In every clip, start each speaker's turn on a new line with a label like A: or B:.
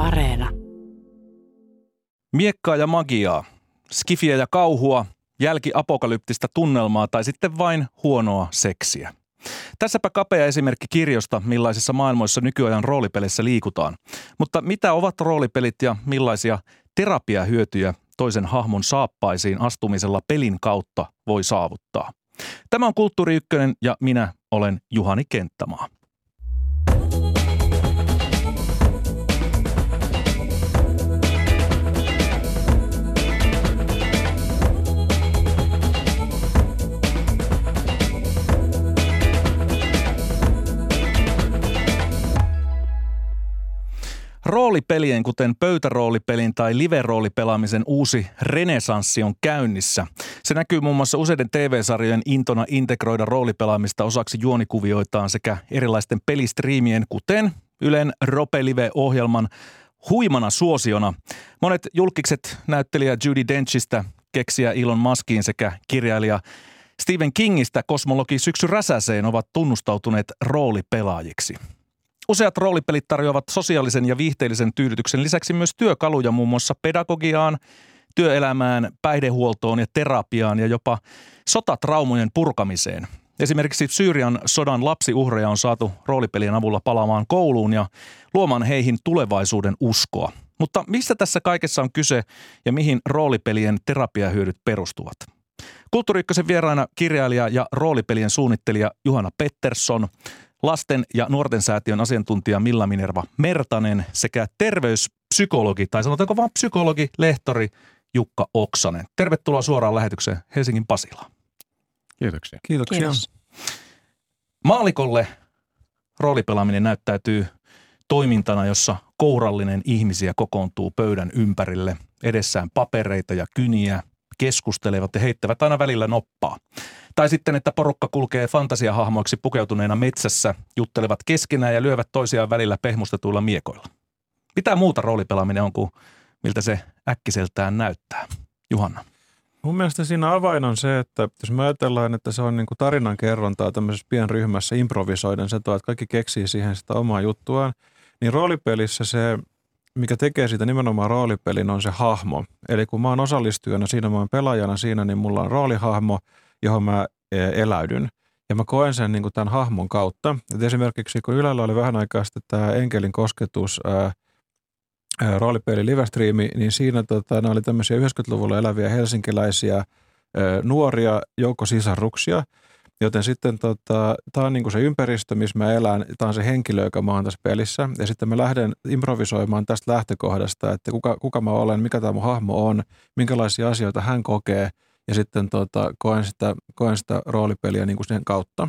A: Areena.
B: Miekkaa ja magiaa, skifiä ja kauhua, jälkiapokalyptista tunnelmaa tai sitten vain huonoa seksiä. Tässäpä kapea esimerkki kirjosta, millaisissa maailmoissa nykyajan roolipeleissä liikutaan. Mutta mitä ovat roolipelit ja millaisia terapiahyötyjä toisen hahmon saappaisiin astumisella pelin kautta voi saavuttaa? Tämä on Kulttuuri Ykkönen ja minä olen Juhani Kenttämaa. Roolipelien, kuten pöytäroolipelin tai live-roolipelaamisen uusi renesanssi on käynnissä. Se näkyy muun muassa useiden TV-sarjojen intona integroida roolipelaamista osaksi juonikuvioitaan sekä erilaisten pelistriimien, kuten Ylen Rope-live-ohjelman huimana suosiona. Monet julkikset näyttelijä Judi Denchistä, keksijä Elon Muskiin sekä kirjailija Stephen Kingistä kosmologi Syksy Räsäseen ovat tunnustautuneet roolipelaajiksi. Useat roolipelit tarjoavat sosiaalisen ja viihteellisen tyydytyksen lisäksi myös työkaluja muun muassa pedagogiaan, työelämään, päihdehuoltoon ja terapiaan ja jopa sotatraumojen purkamiseen. Esimerkiksi Syyrian sodan lapsiuhreja on saatu roolipelien avulla palaamaan kouluun ja luomaan heihin tulevaisuuden uskoa. Mutta mistä tässä kaikessa on kyse ja mihin roolipelien terapiahyödyt perustuvat? Kulttuuri Ykkösen vieraana kirjailija ja roolipelien suunnittelija Juhana Pettersson, Lasten- ja nuortensäätiön asiantuntija Milla Minerva Mertanen sekä terveyspsykologi, tai sanotaanko vaan psykologi, lehtori Jukka Oksanen. Tervetuloa suoraan lähetykseen Helsingin Pasilaan.
C: Kiitoksia.
D: Kiitoksia.
A: Kiitos.
B: Maalikolle roolipelaaminen näyttäytyy toimintana, jossa kourallinen ihmisiä kokoontuu pöydän ympärille, edessään papereita ja kyniä, keskustelevat ja heittävät aina välillä noppaa. Tai sitten, että porukka kulkee fantasiahahmoiksi pukeutuneena metsässä, juttelevat keskenään ja lyövät toisiaan välillä pehmustetuilla miekoilla. Mitä muuta roolipelaaminen on kuin miltä se äkkiseltään näyttää? Juhanna.
D: Mun mielestä siinä avain on se, että jos me ajatellaan, että se on niin kuin tarinan kerrontaa tämmöisessä pienryhmässä improvisoiden, se tuo, että kaikki keksii siihen sitä omaa juttuaan, niin roolipelissä se, mikä tekee siitä nimenomaan roolipelin, on se hahmo. Eli kun mä oon osallistujana siinä, mä oon pelaajana siinä, niin mulla on roolihahmo, johon mä eläydyn. Ja mä koen sen niin kuin tämän hahmon kautta. Et esimerkiksi kun Ylellä oli vähän aikaa sitten tämä Enkelin kosketus roolipeli livestriimi, niin siinä nämä oli tämmöisiä 90-luvulla eläviä helsinkiläisiä nuoria joukkosisarruksia. Joten sitten tämä on niin kuin se ympäristö, missä mä elän, tämä on se henkilö, joka mä oon tässä pelissä. Ja sitten mä lähden improvisoimaan tästä lähtökohdasta, että kuka mä olen, mikä tämä mun hahmo on, minkälaisia asioita hän kokee. Ja sitten koen sitä roolipeliä niin kuin sen kautta.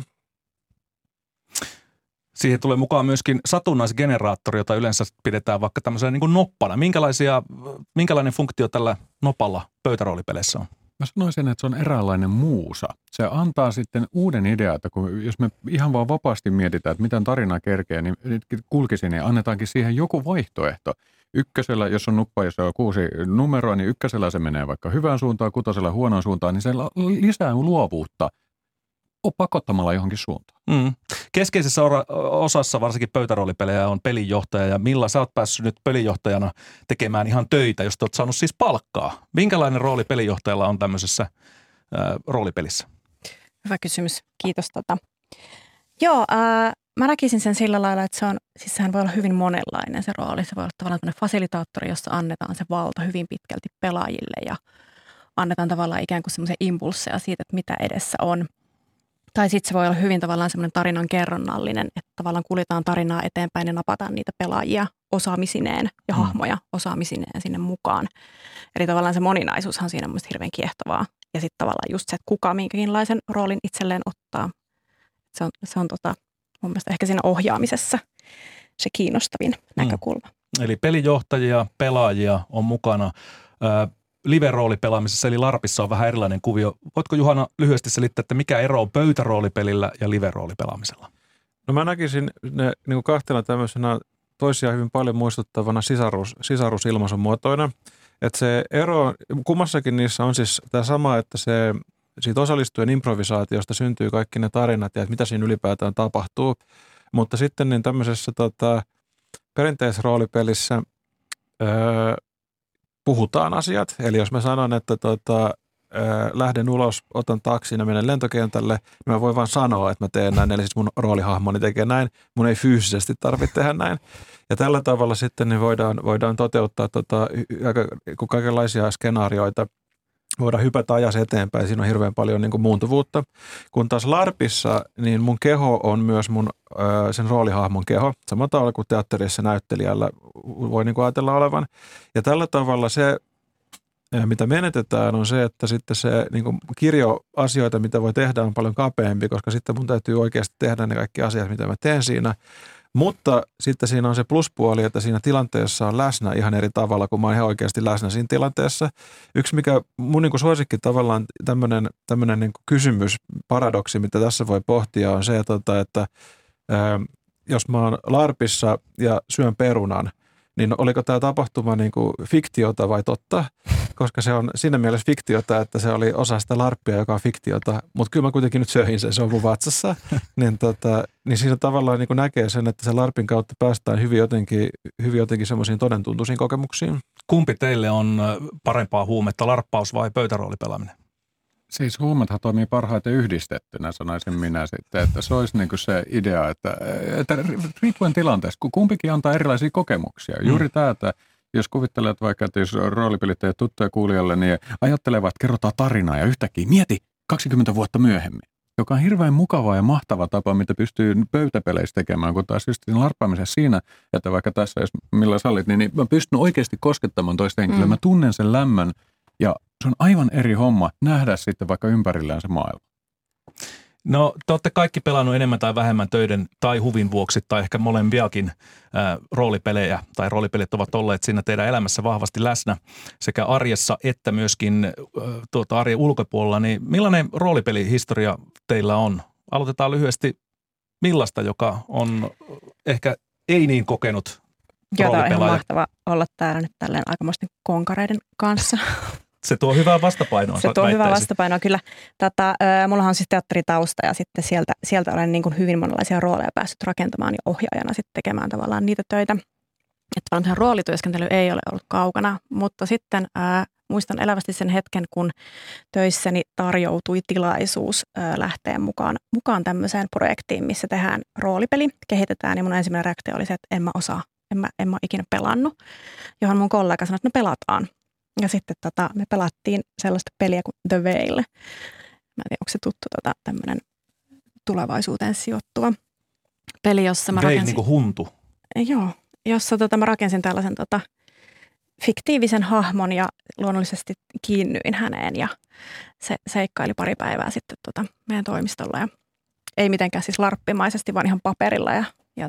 B: Siihen tulee mukaan myöskin satunnaisgeneraattori, jota yleensä pidetään vaikka tämmöisenä niin kuin noppana. Minkälainen funktio tällä nopalla pöytäroolipeleissä on?
C: Mä sanoisin, että se on eräänlainen muusa. Se antaa sitten uuden idean, että jos me ihan vaan vapaasti mietitään, että miten tarina kerkee, niin kulkisi, niin annetaankin siihen joku vaihtoehto. Ykkösellä, jos on nuppa, jossa on 6 numeroa, niin ykkösellä se menee vaikka hyvään suuntaan, kutosella huonoon suuntaan, niin se lisää luovuutta pakottamalla johonkin suuntaan.
B: Keskeisessä osassa varsinkin pöytäroolipelejä on pelinjohtaja, ja Milla, sä oot päässyt nyt pelinjohtajana tekemään ihan töitä, jos te oot saanut siis palkkaa. Minkälainen rooli pelinjohtajalla on tämmöisessä roolipelissä?
E: Hyvä kysymys. Kiitos. Joo, mä näkisin sen sillä lailla, että sehän voi olla hyvin monenlainen se rooli. Se voi olla tavallaan tämmöinen fasilitaattori, jossa annetaan se valta hyvin pitkälti pelaajille ja annetaan tavallaan ikään kuin semmoisia impulsseja siitä, että mitä edessä on. Tai sitten se voi olla hyvin tavallaan semmoinen tarinan kerronnallinen, että tavallaan kuljetaan tarinaa eteenpäin ja napataan niitä pelaajia osaamisineen ja hahmoja osaamisineen sinne mukaan. Eli tavallaan se moninaisuushan siinä on mielestäni hirveän kiehtovaa. Ja sitten tavallaan just se, että kuka minkäkinlaisen roolin itselleen ottaa. Se on mun mielestä ehkä siinä ohjaamisessa se kiinnostavin näkökulma.
B: Eli pelijohtajia, pelaajia on mukana. Live-roolipelaamisessa eli LARPissa on vähän erilainen kuvio. Voitko Juhana lyhyesti selittää, että mikä ero on pöytäroolipelillä ja live-roolipelaamisella?
D: No mä näkisin ne niin kuin kahtena tämmöisenä toisiaan hyvin paljon muistuttavana sisarusilmaisun muotoina. Että se ero, kummassakin niissä on siis tämä sama, että siitä osallistujan improvisaatiosta syntyy kaikki ne tarinat ja että mitä siinä ylipäätään tapahtuu. Mutta sitten niin tämmöisessä perinteisessä roolipelissä puhutaan asiat. Eli jos mä sanon, että lähden ulos, otan taksin ja menen lentokentälle, niin mä voin vaan sanoa, että mä teen näin. Eli siis mun roolihahmoni tekee näin. Mun ei fyysisesti tarvitse tehdä näin. Ja tällä tavalla sitten niin voidaan toteuttaa kaikenlaisia skenaarioita. Voidaan hypätä ajassa eteenpäin. Siinä on hirveän paljon niin kuin muuntuvuutta. Kun taas LARPissa, niin mun keho on myös mun sen roolihahmon keho. Samalla tavalla kuin teatterissa näyttelijällä voi niin kuin ajatella olevan. Ja tällä tavalla se, mitä menetetään, on se, että sitten se niin kuin kirjoasioita, mitä voi tehdä, on paljon kapeampi, koska sitten mun täytyy oikeasti tehdä ne kaikki asiat, mitä mä teen siinä. Mutta sitten siinä on se pluspuoli, että siinä tilanteessa on läsnä ihan eri tavalla, kun mä oon ihan oikeasti läsnä siinä tilanteessa. Yksi, mikä mun niin kuin suosikki tavallaan tämmöinen niin kuin kysymys, paradoksi, mitä tässä voi pohtia, on se, että jos mä oon LARPissa ja syön perunan, niin oliko tämä tapahtuma niin kuin fiktiota vai totta? Koska se on siinä mielessä fiktiota, että se oli osa sitä LARPia, joka on fiktiota, mutta kyllä mä kuitenkin nyt söin sen, se on mun vatsassa. Niin siinä tavallaan niin kuin näkee sen, että se LARPin kautta päästään hyvin jotenkin semmoisiin todentuntuisiin kokemuksiin.
B: Kumpi teille on parempaa huumetta, larppaus vai pöytäroolipelaaminen?
C: Siis huumethan toimii parhaiten yhdistettynä, sanoisin minä sitten, että se olisi niin kuin se idea, että riippuen tilanteesta, kun kumpikin antaa erilaisia kokemuksia. Juuri tämä, että jos kuvittelet vaikka, että jos roolipelit ei ole tuttuja kuulijalle, niin ajattelevat, että kerrotaan tarinaa ja yhtäkkiä mieti 20 vuotta myöhemmin, joka on hirveän mukava ja mahtava tapa, mitä pystyy pöytäpeleissä tekemään, kun taas just larppaamisessa siinä, että vaikka tässä, jos millä sallit, niin mä pystyn oikeasti koskettamaan toista henkilöä, mä tunnen sen lämmön ja se on aivan eri homma nähdä sitten vaikka ympärillään se maailma.
B: No, te olette kaikki pelannut enemmän tai vähemmän töiden tai huvin vuoksi tai ehkä molempiakin roolipelejä tai roolipelit ovat olleet siinä teidän elämässä vahvasti läsnä sekä arjessa että myöskin arjen ulkopuolella. Niin millainen roolipelihistoria teillä on? Aloitetaan lyhyesti Millasta, joka on ehkä ei niin kokenut roolipelaaja.
E: Jota on ihan mahtava olla täällä nyt tälleen aikamoisten konkareiden kanssa.
B: Se tuo hyvää vastapainoa.
E: Se tuo hyvää vastapainoa, kyllä. Mullahan on siis teatteritausta ja sitten sieltä olen niin kuin hyvin monenlaisia rooleja päässyt rakentamaan ja ohjaajana sitten tekemään tavallaan niitä töitä. Että vaan roolityöskentely ei ole ollut kaukana, mutta sitten muistan elävästi sen hetken, kun töissäni tarjoutui tilaisuus lähteä mukaan tämmöiseen projektiin, missä tehdään roolipeli, kehitetään ja mun ensimmäinen reaktio oli se, että en mä osaa, en mä ikinä pelannut, johon mun kollega sanoi, että no pelataan. Ja sitten me pelattiin sellaista peliä kuin The Veil. Mä en tiedä, onko se tuttu tämmöinen tulevaisuuteen sijoittuva peli, jossa mä rakensin.
B: Veil niin kuin huntu.
E: Joo, jossa mä rakensin tällaisen fiktiivisen hahmon ja luonnollisesti kiinnyin häneen ja se seikkaili pari päivää sitten meidän toimistolla ja ei mitenkään siis larppimaisesti, vaan ihan paperilla ja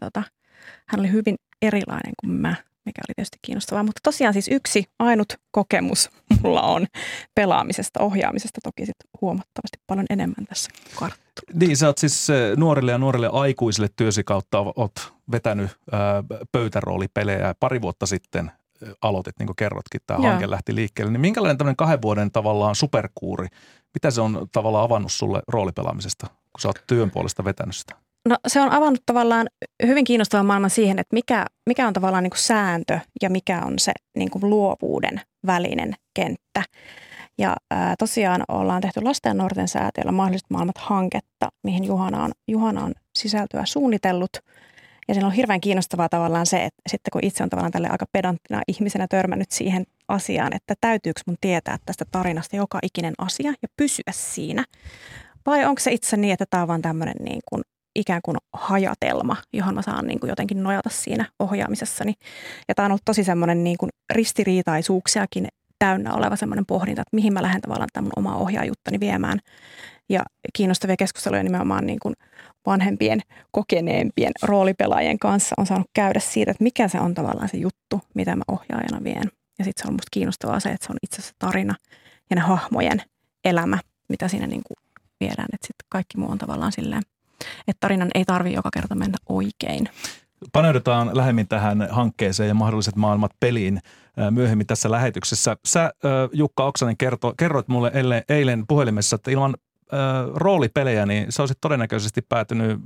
E: hän oli hyvin erilainen kuin mä, mikä oli tietysti kiinnostavaa, mutta tosiaan siis yksi ainut kokemus mulla on pelaamisesta, ohjaamisesta toki sitten huomattavasti paljon enemmän tässä karttu.
B: Niin, sä oot siis nuorille aikuisille työsi kautta oot vetänyt pöytäroolipelejä pari vuotta sitten aloitit, niin kuin kerrotkin, tämä hanke lähti liikkeelle. Niin minkälainen tämmöinen 2 vuoden tavallaan superkuuri, mitä se on tavallaan avannut sulle roolipelaamisesta, kun sä oot työn puolesta vetänyt sitä?
E: No se on avannut tavallaan hyvin kiinnostavan maailman siihen, että mikä on tavallaan niin kuin sääntö ja mikä on se niin kuin luovuuden välinen kenttä. Ja tosiaan ollaan tehty Lasten ja nuorten säätiöllä Mahdolliset maailmat -hanketta, mihin Juhana on sisältöä suunnitellut. Ja siinä on hirveän kiinnostavaa tavallaan se, että sitten kun itse on tavallaan tälle aika pedanttina ihmisenä törmännyt siihen asiaan, että täytyykö mun tietää tästä tarinasta joka ikinen asia ja pysyä siinä. Vai onko se itse niin, että tämä on vaan tämmöinen niin kuin ikään kuin hajatelma, johon mä saan niin kuin jotenkin nojata siinä ohjaamisessani. Ja tämä on ollut tosi semmoinen niin kuin ristiriitaisuuksiakin täynnä oleva semmoinen pohdinta, että mihin mä lähden tavallaan tämän omaa ohjaajuttani viemään. Ja kiinnostavia keskusteluja nimenomaan niin kuin vanhempien, kokeneempien roolipelaajien kanssa on saanut käydä siitä, että mikä se on tavallaan se juttu, mitä mä ohjaajana vien. Ja sitten se on musta kiinnostavaa se, että se on itse asiassa tarina ja ne hahmojen elämä, mitä siinä niin kuin viedään. Että sitten kaikki muu on tavallaan silleen, että tarinan ei tarvitse joka kerta mennä oikein.
B: Paneudutaan lähemmin tähän hankkeeseen ja Mahdolliset maailmat -peliin myöhemmin tässä lähetyksessä. Sä, Jukka Oksanen, kerroit mulle eilen puhelimessa, että ilman roolipelejä niin sä olisit todennäköisesti päätynyt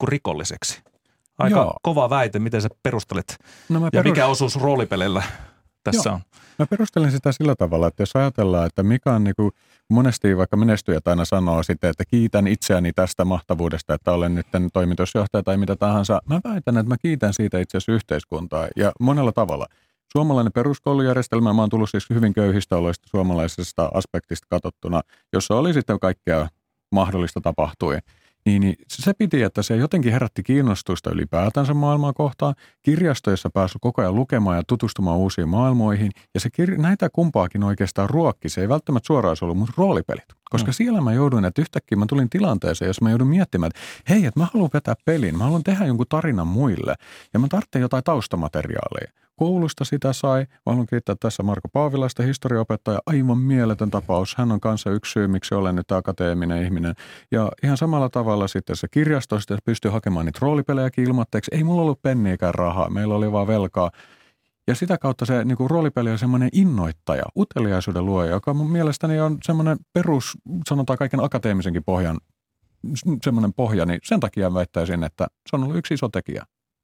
B: pikkurikolliseksi. Aika kova väite, miten sä perustelet ja mikä osuus roolipeleillä tässä on?
C: Mä perustelen sitä sillä tavalla, että jos ajatellaan, että mikä on niin kuin, monesti vaikka menestyjät aina sanoo sitten, että kiitän itseäni tästä mahtavuudesta, että olen nyt toimitusjohtaja tai mitä tahansa. Mä väitän, että mä kiitän siitä itse asiassa yhteiskuntaa ja monella tavalla. Suomalainen peruskoulujärjestelmä, mä oon tullut siis hyvin köyhistä oloista suomalaisesta aspektista katsottuna, jossa oli sitten kaikkea mahdollista tapahtui. Niin se piti, että se jotenkin herätti kiinnostusta ylipäätänsä maailmaa kohtaan. Kirjastoissa päässyt koko ajan lukemaan ja tutustumaan uusiin maailmoihin. Ja se näitä kumpaakin oikeastaan ruokki. Se ei välttämättä suoraan ollut, mutta roolipelit. Koska siellä mä jouduin, että yhtäkkiä mä tulin tilanteeseen, jos mä joudun miettimään, että hei, että mä haluan vetää pelin. Mä haluan tehdä jonkun tarinan muille. Ja mä tarvitsen jotain taustamateriaalia. Koulusta sitä sai. Mä haluan kiittää tässä Marko Paavilaista, historiaopettaja. Aivan mieletön tapaus. Hän on kanssa yksi syy, miksi olen nyt akateeminen ihminen. Ja ihan samalla tavalla sitten se kirjastosta pystyy hakemaan niitä roolipelejäkin ilmatteeksi. Ei mulla ollut penniäkään rahaa. Meillä oli vaan velkaa. Ja sitä kautta se niin kuin roolipeli on semmoinen innoittaja, uteliaisuuden luoja, joka mun mielestäni on semmoinen perus, sanotaan kaiken akateemisenkin pohjan, semmoinen pohja, niin sen takia väittäisin, että se on ollut yksi iso tekijä.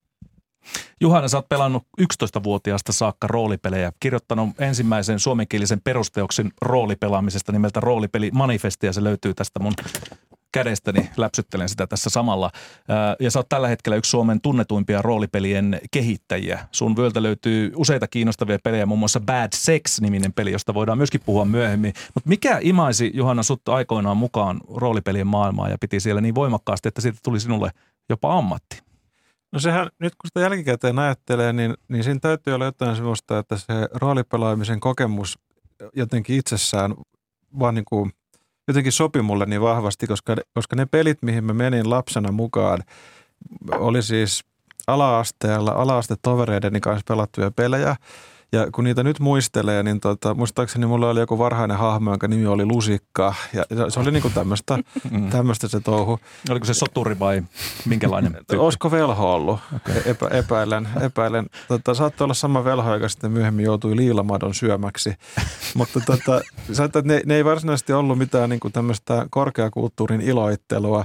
B: Juhana, sä oot pelannut 11-vuotiaasta saakka roolipelejä, kirjoittanut ensimmäisen suomenkielisen perusteoksen roolipelaamisesta nimeltä Roolipeli Manifesti, ja se löytyy tästä mun kädestäni, läpsyttelen sitä tässä samalla. Ja sä oot tällä hetkellä yksi Suomen tunnetuimpia roolipelien kehittäjiä. Sun vyöltä löytyy useita kiinnostavia pelejä, muun muassa Bad Sex-niminen peli, josta voidaan myöskin puhua myöhemmin. Mutta mikä imaisi, Juhana, sut aikoinaan mukaan roolipelien maailmaan ja piti siellä niin voimakkaasti, että siitä tuli sinulle jopa ammatti?
D: No sehän, nyt kun sitä jälkikäteen ajattelee, niin siinä täytyy olla jotain sellaista, että se roolipelaamisen kokemus jotenkin itsessään vaan niin kuin jotenkin sopi mulle niin vahvasti, koska ne pelit, mihin mä menin lapsena mukaan, oli siis ala-astetovereideni kanssa pelattuja pelejä. Ja kun niitä nyt muistelee, niin muistaakseni mulla oli joku varhainen hahmo, jonka nimi oli Lusikka. Ja se oli niinku tämmöistä se touhu.
B: Oliko se soturi vai minkälainen tyyppi?
D: Olisiko velho ollut? Okay. Epäilen. Saattoi olla sama velho, joka sitten myöhemmin joutui liilamadon syömäksi. Mutta ne ei varsinaisesti ollut mitään niinku tämmöistä korkeakulttuurin iloittelua,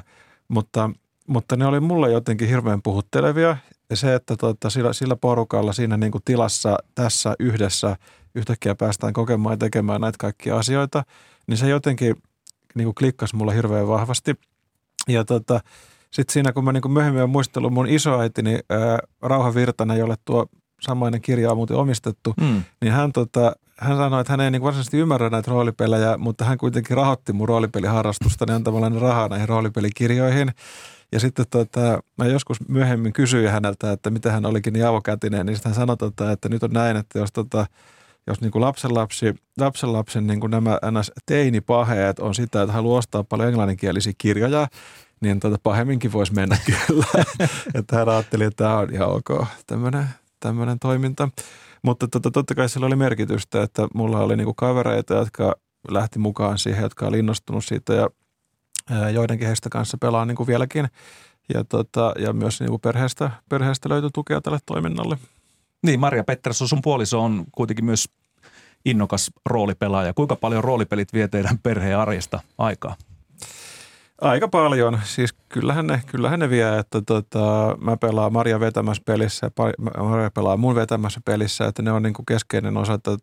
D: mutta ne oli mulle jotenkin hirveän puhuttelevia. Ja se, että sillä porukalla siinä niin kuin tilassa tässä yhdessä yhtäkkiä päästään kokemaan ja tekemään näitä kaikkia asioita, niin se jotenkin niin kuin klikkasi mulla hirveän vahvasti. Ja sitten siinä, kun mä niin kuin myöhemmin olen muistellut mun isoäitini Rauha Virtanen, jolle tuo samainen kirja on muuten omistettu, niin hän sanoi, että hän ei niin varsinaisesti ymmärrä näitä roolipelejä, mutta hän kuitenkin rahoitti mun roolipeliharrastusta niin antamalla rahaa näihin roolipelikirjoihin. Ja sitten mä joskus myöhemmin kysyin häneltä, että mitä hän olikin niin avokätinen, niin sitten hän sanoi, että nyt on näin, että jos niin kuin lapsenlapsen niin kuin nämä teinipaheet on sitä, että haluaa ostaa paljon englanninkielisiä kirjoja, niin pahemminkin voisi mennä kyllä. Että hän ajatteli, että tämä on ihan ok tämmöinen toiminta. Mutta totta kai sillä oli merkitystä, että mulla oli niin kuin kavereita, jotka lähti mukaan siihen, jotka oli innostunut siitä ja joidenkin heistä kanssa pelaa niin kuin vieläkin. Ja myös niin kuin perheestä löytyi tukea tälle toiminnalle.
B: Niin, Maria Pettersson, sun puoliso on kuitenkin myös innokas roolipelaaja. Kuinka paljon roolipelit vie teidän perheen arjesta aikaa?
D: Aika paljon. Siis kyllähän ne vie, että mä pelaan Maria vetämässä pelissä ja Maria pelaa mun vetämässä pelissä, että ne on niin kuin keskeinen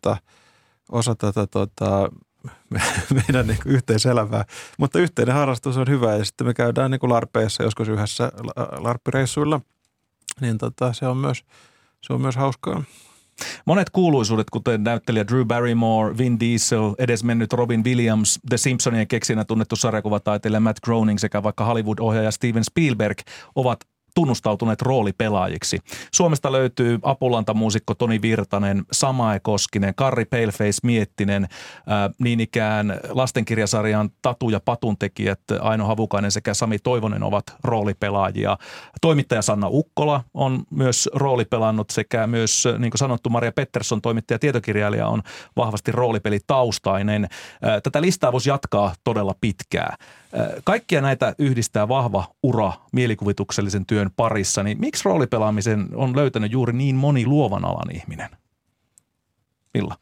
D: osa tätä meidän niin kuin yhteiselämää. Mutta yhteinen harrastus on hyvä ja sitten me käydään niin kuin larpeissa joskus yhdessä larppireissuilla, niin se on myös hauskaa.
B: Monet kuuluisuudet, kuten näyttelijä Drew Barrymore, Vin Diesel, edesmennyt Robin Williams, The Simpsonien keksinä tunnettu sarjakuvataiteilija Matt Groening sekä vaikka Hollywood-ohjaaja Steven Spielberg ovat tunnustautuneet roolipelaajiksi. Suomesta löytyy apulantamuusikko Toni Virtanen, Samae Koskinen, Karri Paleface Miettinen, niin ikään lastenkirjasarjan Tatu ja Patun tekijät Aino Havukainen sekä Sami Toivonen ovat roolipelaajia. Toimittaja Sanna Ukkola on myös roolipelannut sekä myös, niin kuin sanottu, Maria Pettersson, toimittaja ja tietokirjailija, on vahvasti roolipelitaustainen. Tätä listaa voisi jatkaa todella pitkää. Kaikkia näitä yhdistää vahva ura mielikuvituksellisen työn parissa, niin miksi roolipelaamisen on löytänyt juuri niin moni luovan alan ihminen? Milla?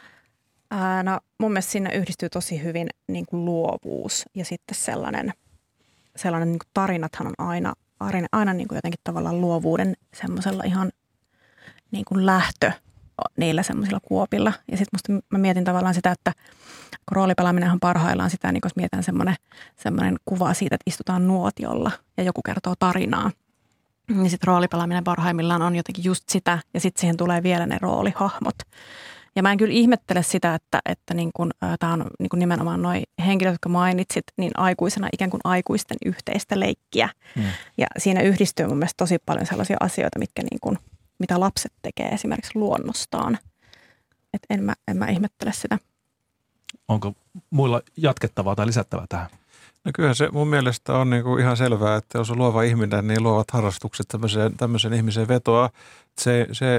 E: No mun mielestä siinä yhdistyy tosi hyvin niin kuin luovuus ja sitten sellainen niin kuin tarinathan on aina niin kuin jotenkin tavallaan luovuuden semmoisella ihan niin kuin niillä semmoisilla kuopilla. Ja sitten mä mietin tavallaan sitä, että kun roolipelaaminen on parhaillaan sitä, niin kun mietitään semmoinen kuva siitä, että istutaan nuotiolla ja joku kertoo tarinaa, niin sitten roolipelaaminen parhaimmillaan on jotenkin just sitä, ja sitten siihen tulee vielä ne roolihahmot. Ja mä en kyllä ihmettele sitä, että niin kun, tämä on niin kun nimenomaan nuo henkilöt, jotka mainitsit, niin aikuisena ikään kuin aikuisten yhteistä leikkiä. Ja siinä yhdistyy mun mielestä tosi paljon sellaisia asioita, mitkä niin kun, mitä lapset tekee esimerkiksi luonnostaan. Et en mä ihmettele sitä. Onko
B: muilla jatkettavaa tai lisättävää tähän?
D: No kyllä se mun mielestä on niinku ihan selvää, että jos on luova ihminen, niin luovat harrastukset tämmöisen ihmisen vetoa. Se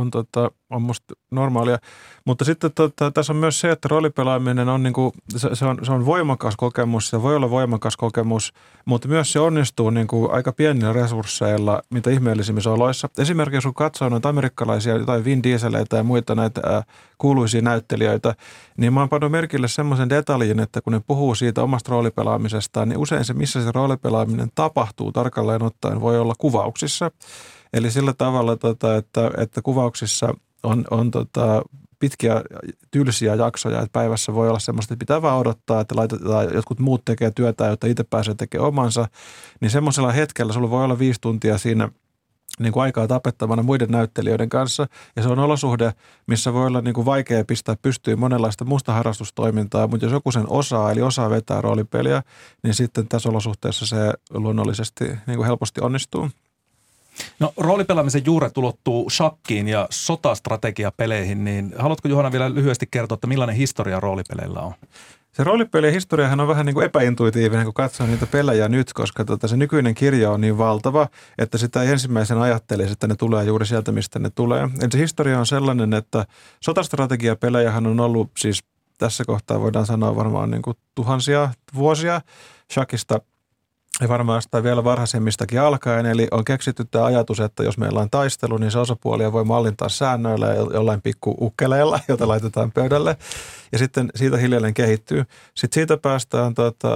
D: on musta normaalia. Mutta sitten tässä on myös se, että roolipelaaminen on, niinku, se on voimakas kokemus, se voi olla voimakas kokemus, mutta myös se onnistuu niinku aika pienillä resursseilla, mitä ihmeellisimmissä oloissa. Esimerkiksi kun katsoo noita amerikkalaisia, jotain Vin Dieseleitä ja muita näitä kuuluisia näyttelijöitä, niin mä oon pannut merkille semmoisen detaljin, että kun ne puhuu siitä omasta roolipelaamisestaan, niin usein se, missä se roolipelaaminen tapahtuu tarkalleen ottaen, voi olla kuvauksissa. Eli sillä tavalla, että kuvauksissa on pitkiä tylsiä jaksoja, että päivässä voi olla semmoista, että pitää vaan odottaa, että laitetaan, jotkut muut tekee työtä, jotta itse pääsee tekemään omansa, niin semmoisella hetkellä sulla voi olla 5 tuntia siinä niin kuin aikaa tapettavana muiden näyttelijöiden kanssa, ja se on olosuhde, missä voi olla niin kuin vaikea pistää pystyyn monenlaista muusta harrastustoimintaa, mutta jos joku sen osaa, eli osaa vetää roolipeliä, niin sitten tässä olosuhteessa se luonnollisesti niin kuin helposti onnistuu.
B: No roolipelaamisen juuret ulottuu shakkiin ja sotastrategiapeleihin, niin haluatko Juhana vielä lyhyesti kertoa, että millainen historia roolipeleillä on?
D: Se roolipelien historiahan on vähän niin kuin epäintuitiivinen, kun katsoo niitä pelejä nyt, koska se nykyinen kirjo on niin valtava, että sitä ei ensimmäisen ajattelisi, että ne tulee juuri sieltä, mistä ne tulee. Eli se historia on sellainen, että sotastrategiapelejähän on ollut siis tässä kohtaa voidaan sanoa varmaan niin kuin tuhansia vuosia shakista. Ja varmaan sitä vielä varhaisemmistakin alkaen, eli on keksitty tämä ajatus, että jos meillä on taistelu, niin se osapuolia voi mallintaa säännöillä ja jollain pikku ukkeleilla, jota laitetaan pöydälle. Ja sitten siitä hiljalleen kehittyy. Sitten siitä päästään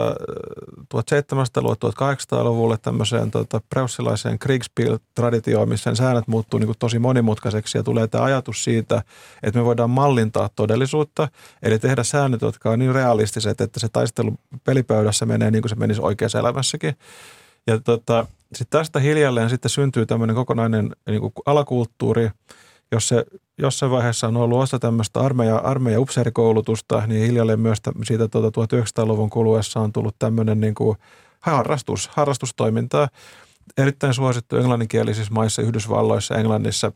D: 1700-luvulle, 1800-luvulle tämmöiseen preussilaiseen Kriegspiel-traditioon, missä säännöt muuttuu niin kuin tosi monimutkaiseksi ja tulee tämä ajatus siitä, että me voidaan mallintaa todellisuutta, eli tehdä säännöt, jotka on niin realistiset, että se taistelu pelipöydässä menee niin kuin se menisi oikeassa elämässäkin. Ja sitten tästä hiljalleen sitten syntyy tämmöinen kokonainen niin kuin alakulttuuri, jos se jossain vaiheessa on ollut osa tämmöistä armeija upseerikoulutusta, niin hiljalleen myös siitä 1900-luvun kuluessa on tullut tämmöinen niin kuin harrastustoimintaa. Erittäin suosittu englanninkielisissä maissa, Yhdysvalloissa, Englannissa,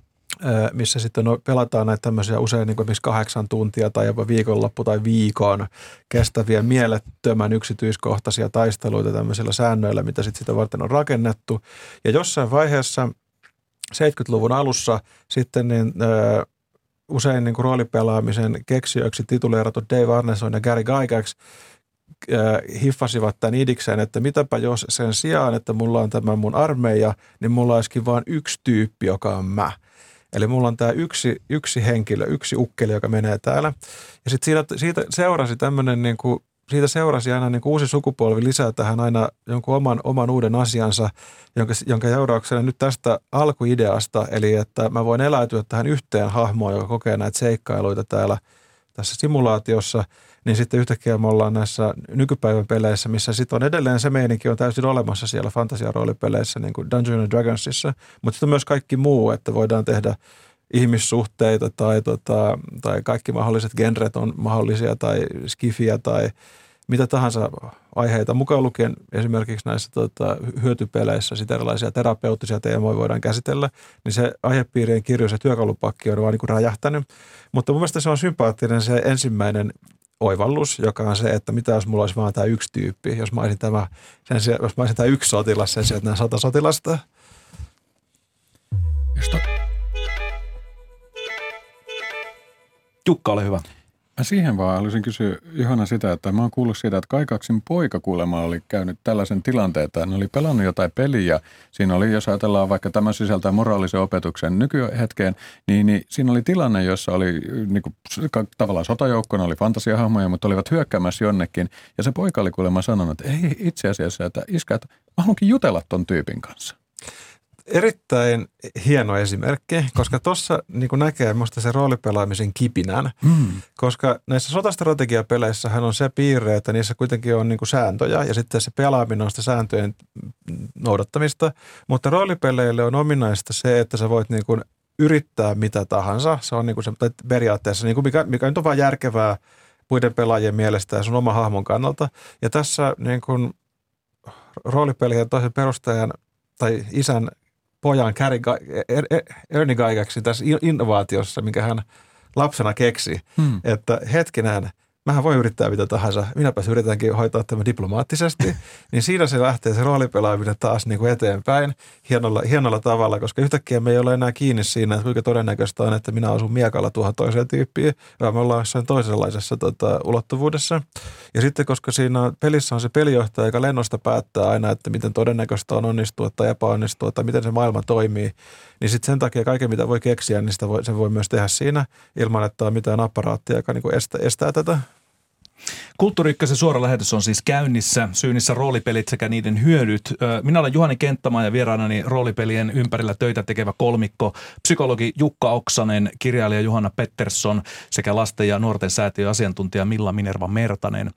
D: missä sitten pelataan näitä tämmöisiä usein niin kuin 8 tuntia tai jopa viikonloppu tai viikon kestäviä mielettömän yksityiskohtaisia taisteluita tämmöisillä säännöillä, mitä sitten sitä varten on rakennettu. Ja jossain vaiheessa 70-luvun alussa sitten niin, usein niin kuin roolipelaamisen keksijöiksi tituleerattu Dave Arneson ja Gary Gygax hiffasivat tämän idikseen, että mitäpä jos sen sijaan, että mulla on tämä mun armeija, niin mulla olisikin vain yksi tyyppi, joka on mä. Eli mulla on tämä yksi henkilö, yksi ukkeli, joka menee täällä. Ja sitten siitä seurasi tämmöinen niin kuin siitä seurasi aina niin kuin uusi sukupolvi lisää tähän aina jonkun oman uuden asiansa, jonka seurauksena nyt tästä alkuideasta, eli että mä voin eläytyä tähän yhteen hahmoon, joka kokee näitä seikkailuita tässä simulaatiossa, niin sitten yhtäkkiä me ollaan näissä nykypäivän peleissä, missä sitten on edelleen se meininki on täysin olemassa siellä fantasiaroolipeleissä, niin kuin Dungeons and Dragonsissa, mutta sitten on myös kaikki muu, että voidaan tehdä ihmissuhteita tai kaikki mahdolliset genret on mahdollisia tai skifiä tai mitä tahansa aiheita, mukaan lukien esimerkiksi näissä hyötypeleissä sitten erilaisia terapeuttisia teemoja voidaan käsitellä, niin se aihepiirien kirjo, se työkalupakki on vaan niin kuin räjähtänyt. Mutta mun mielestä se on sympaattinen se ensimmäinen oivallus, joka on se, että mitä jos mulla olisi vaan tämä yksi tyyppi, jos mä olisin tämä yksi sotilas sen sijaan, että nämä 100 sotilasta.
B: Jukka, ole hyvä.
C: Mä siihen vaan haluaisin kysyä Johanna sitä, että mä oon kuullut siitä, että Gygaxin poika kuulemma oli käynyt tällaisen tilanteen, että hän oli pelannut jotain peliä. Siinä oli, jos ajatellaan vaikka tämän sisältää moraalisen opetuksen nykyhetkeen, niin siinä oli tilanne, jossa oli niin kuin, tavallaan sotajoukkona, oli fantasiahahmoja, mutta olivat hyökkäämässä jonnekin. Ja se poika oli kuulemma sanonut, että ei itse asiassa, että iskä, että mä haluankin jutella ton tyypin kanssa.
D: erittäin hieno esimerkki, koska tuossa niin näkee musta se roolipelaamisen kipinän, koska näissä sotastrategiapeleissähän on se piirre, että niissä kuitenkin on niin sääntöjä ja sitten se pelaaminen on sitä sääntöjen noudattamista, mutta roolipeleille on ominaista se, että sä voit niin yrittää mitä tahansa. Se on niin se periaatteessa, niin mikä nyt on vaan järkevää muiden pelaajien mielestä ja sun oma hahmon kannalta. Ja tässä niin roolipelien toisen perustajan tai isän pojan Ernie Gygaxin tässä innovaatiossa, minkä hän lapsena keksi, että hetkinen, mähän voi yrittää mitä tahansa, minäpäs yritänkin hoitaa tämän diplomaattisesti, niin siinä se lähtee se roolipelaaminen taas niin kuin eteenpäin hienolla tavalla, koska yhtäkkiä me ei ole enää kiinni siinä, että kuinka todennäköistä on, että minä asun miekalla tuohon toiseen tyyppiin, vaan me ollaan jossain toisenlaisessa ulottuvuudessa. Ja sitten, koska siinä pelissä on se pelijohtaja, joka lennosta päättää aina, että miten todennäköistä on onnistua tai epäonnistua tai miten se maailma toimii, niin sitten sen takia kaiken, mitä voi keksiä, niin sen voi myös tehdä siinä ilman, että on mitään apparaattia, joka niin kuin estää tätä.
B: Kulttuuri Ykkösen suora lähetys on siis käynnissä, syynnissä roolipelit sekä niiden hyödyt. Minä olen Juhani Kenttämaa ja vieraanani roolipelien ympärillä töitä tekevä kolmikko, psykologi Jukka Oksanen, kirjailija Johanna Pettersson sekä lasten ja nuorten säätiön asiantuntija Milla Minerva Mertanen.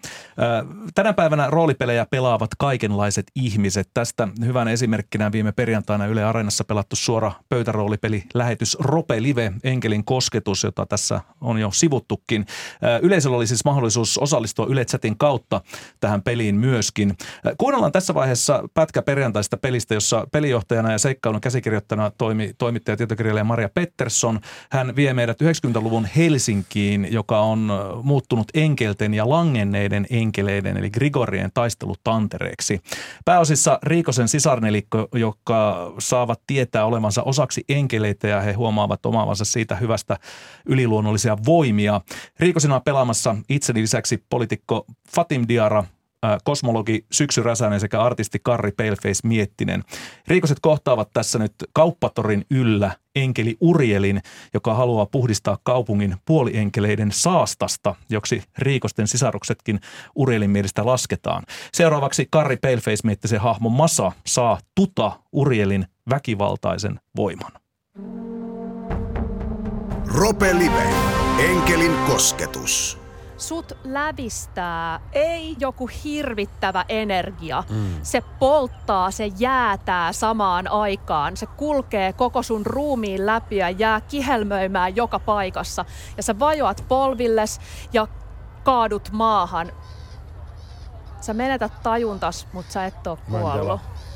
B: Tänä päivänä roolipelejä pelaavat kaikenlaiset ihmiset. Tästä hyvänä esimerkkinä viime perjantaina Yle Areenassa pelattu suora pöytäroolipelilähetys Rope Live, Enkelin kosketus, jota tässä on jo sivuttukin. Yleisöllä oli siis mahdollisuus osallistua Yle Chatin kautta tähän peliin myöskin. Kuunnellaan tässä vaiheessa pätkä perjantaista pelistä, jossa pelijohtajana ja seikkailun käsikirjoittajana toimi toimittaja ja tietokirjailija Maria Pettersson. Hän vie meidät 90-luvun Helsinkiin, joka on muuttunut enkelten ja langenneiden enkeleiden eli Grigorien taistelutantereeksi. Pääosissa Riikosen sisarnelikko, jotka saavat tietää olevansa osaksi enkeleitä ja he huomaavat omaavansa siitä hyvästä yliluonnollisia voimia. Riikosina on pelaamassa itseni lisäksi poliitikko Fatim Diarra, kosmologi Syksy Räsänen sekä artisti Karri Paleface Miettinen. Riikoset kohtaavat tässä nyt Kauppatorin yllä enkeli Urielin, joka haluaa puhdistaa kaupungin puolienkeleiden saastasta, joksi Riikosten sisaruksetkin Urielin mielestä lasketaan. Seuraavaksi Karri Paleface Miettisen hahmo Masa saa Urielin väkivaltaisen voiman.
A: Rope Live, Enkelin kosketus.
F: Sut lävistää joku hirvittävä energia. Se polttaa, se jäätää samaan aikaan. Se kulkee koko sun ruumiin läpi ja jää kihelmöimään joka paikassa. Ja sä vajoat polvilles ja kaadut maahan. Sä menetät tajuntas, mutta sä et oo kuollut.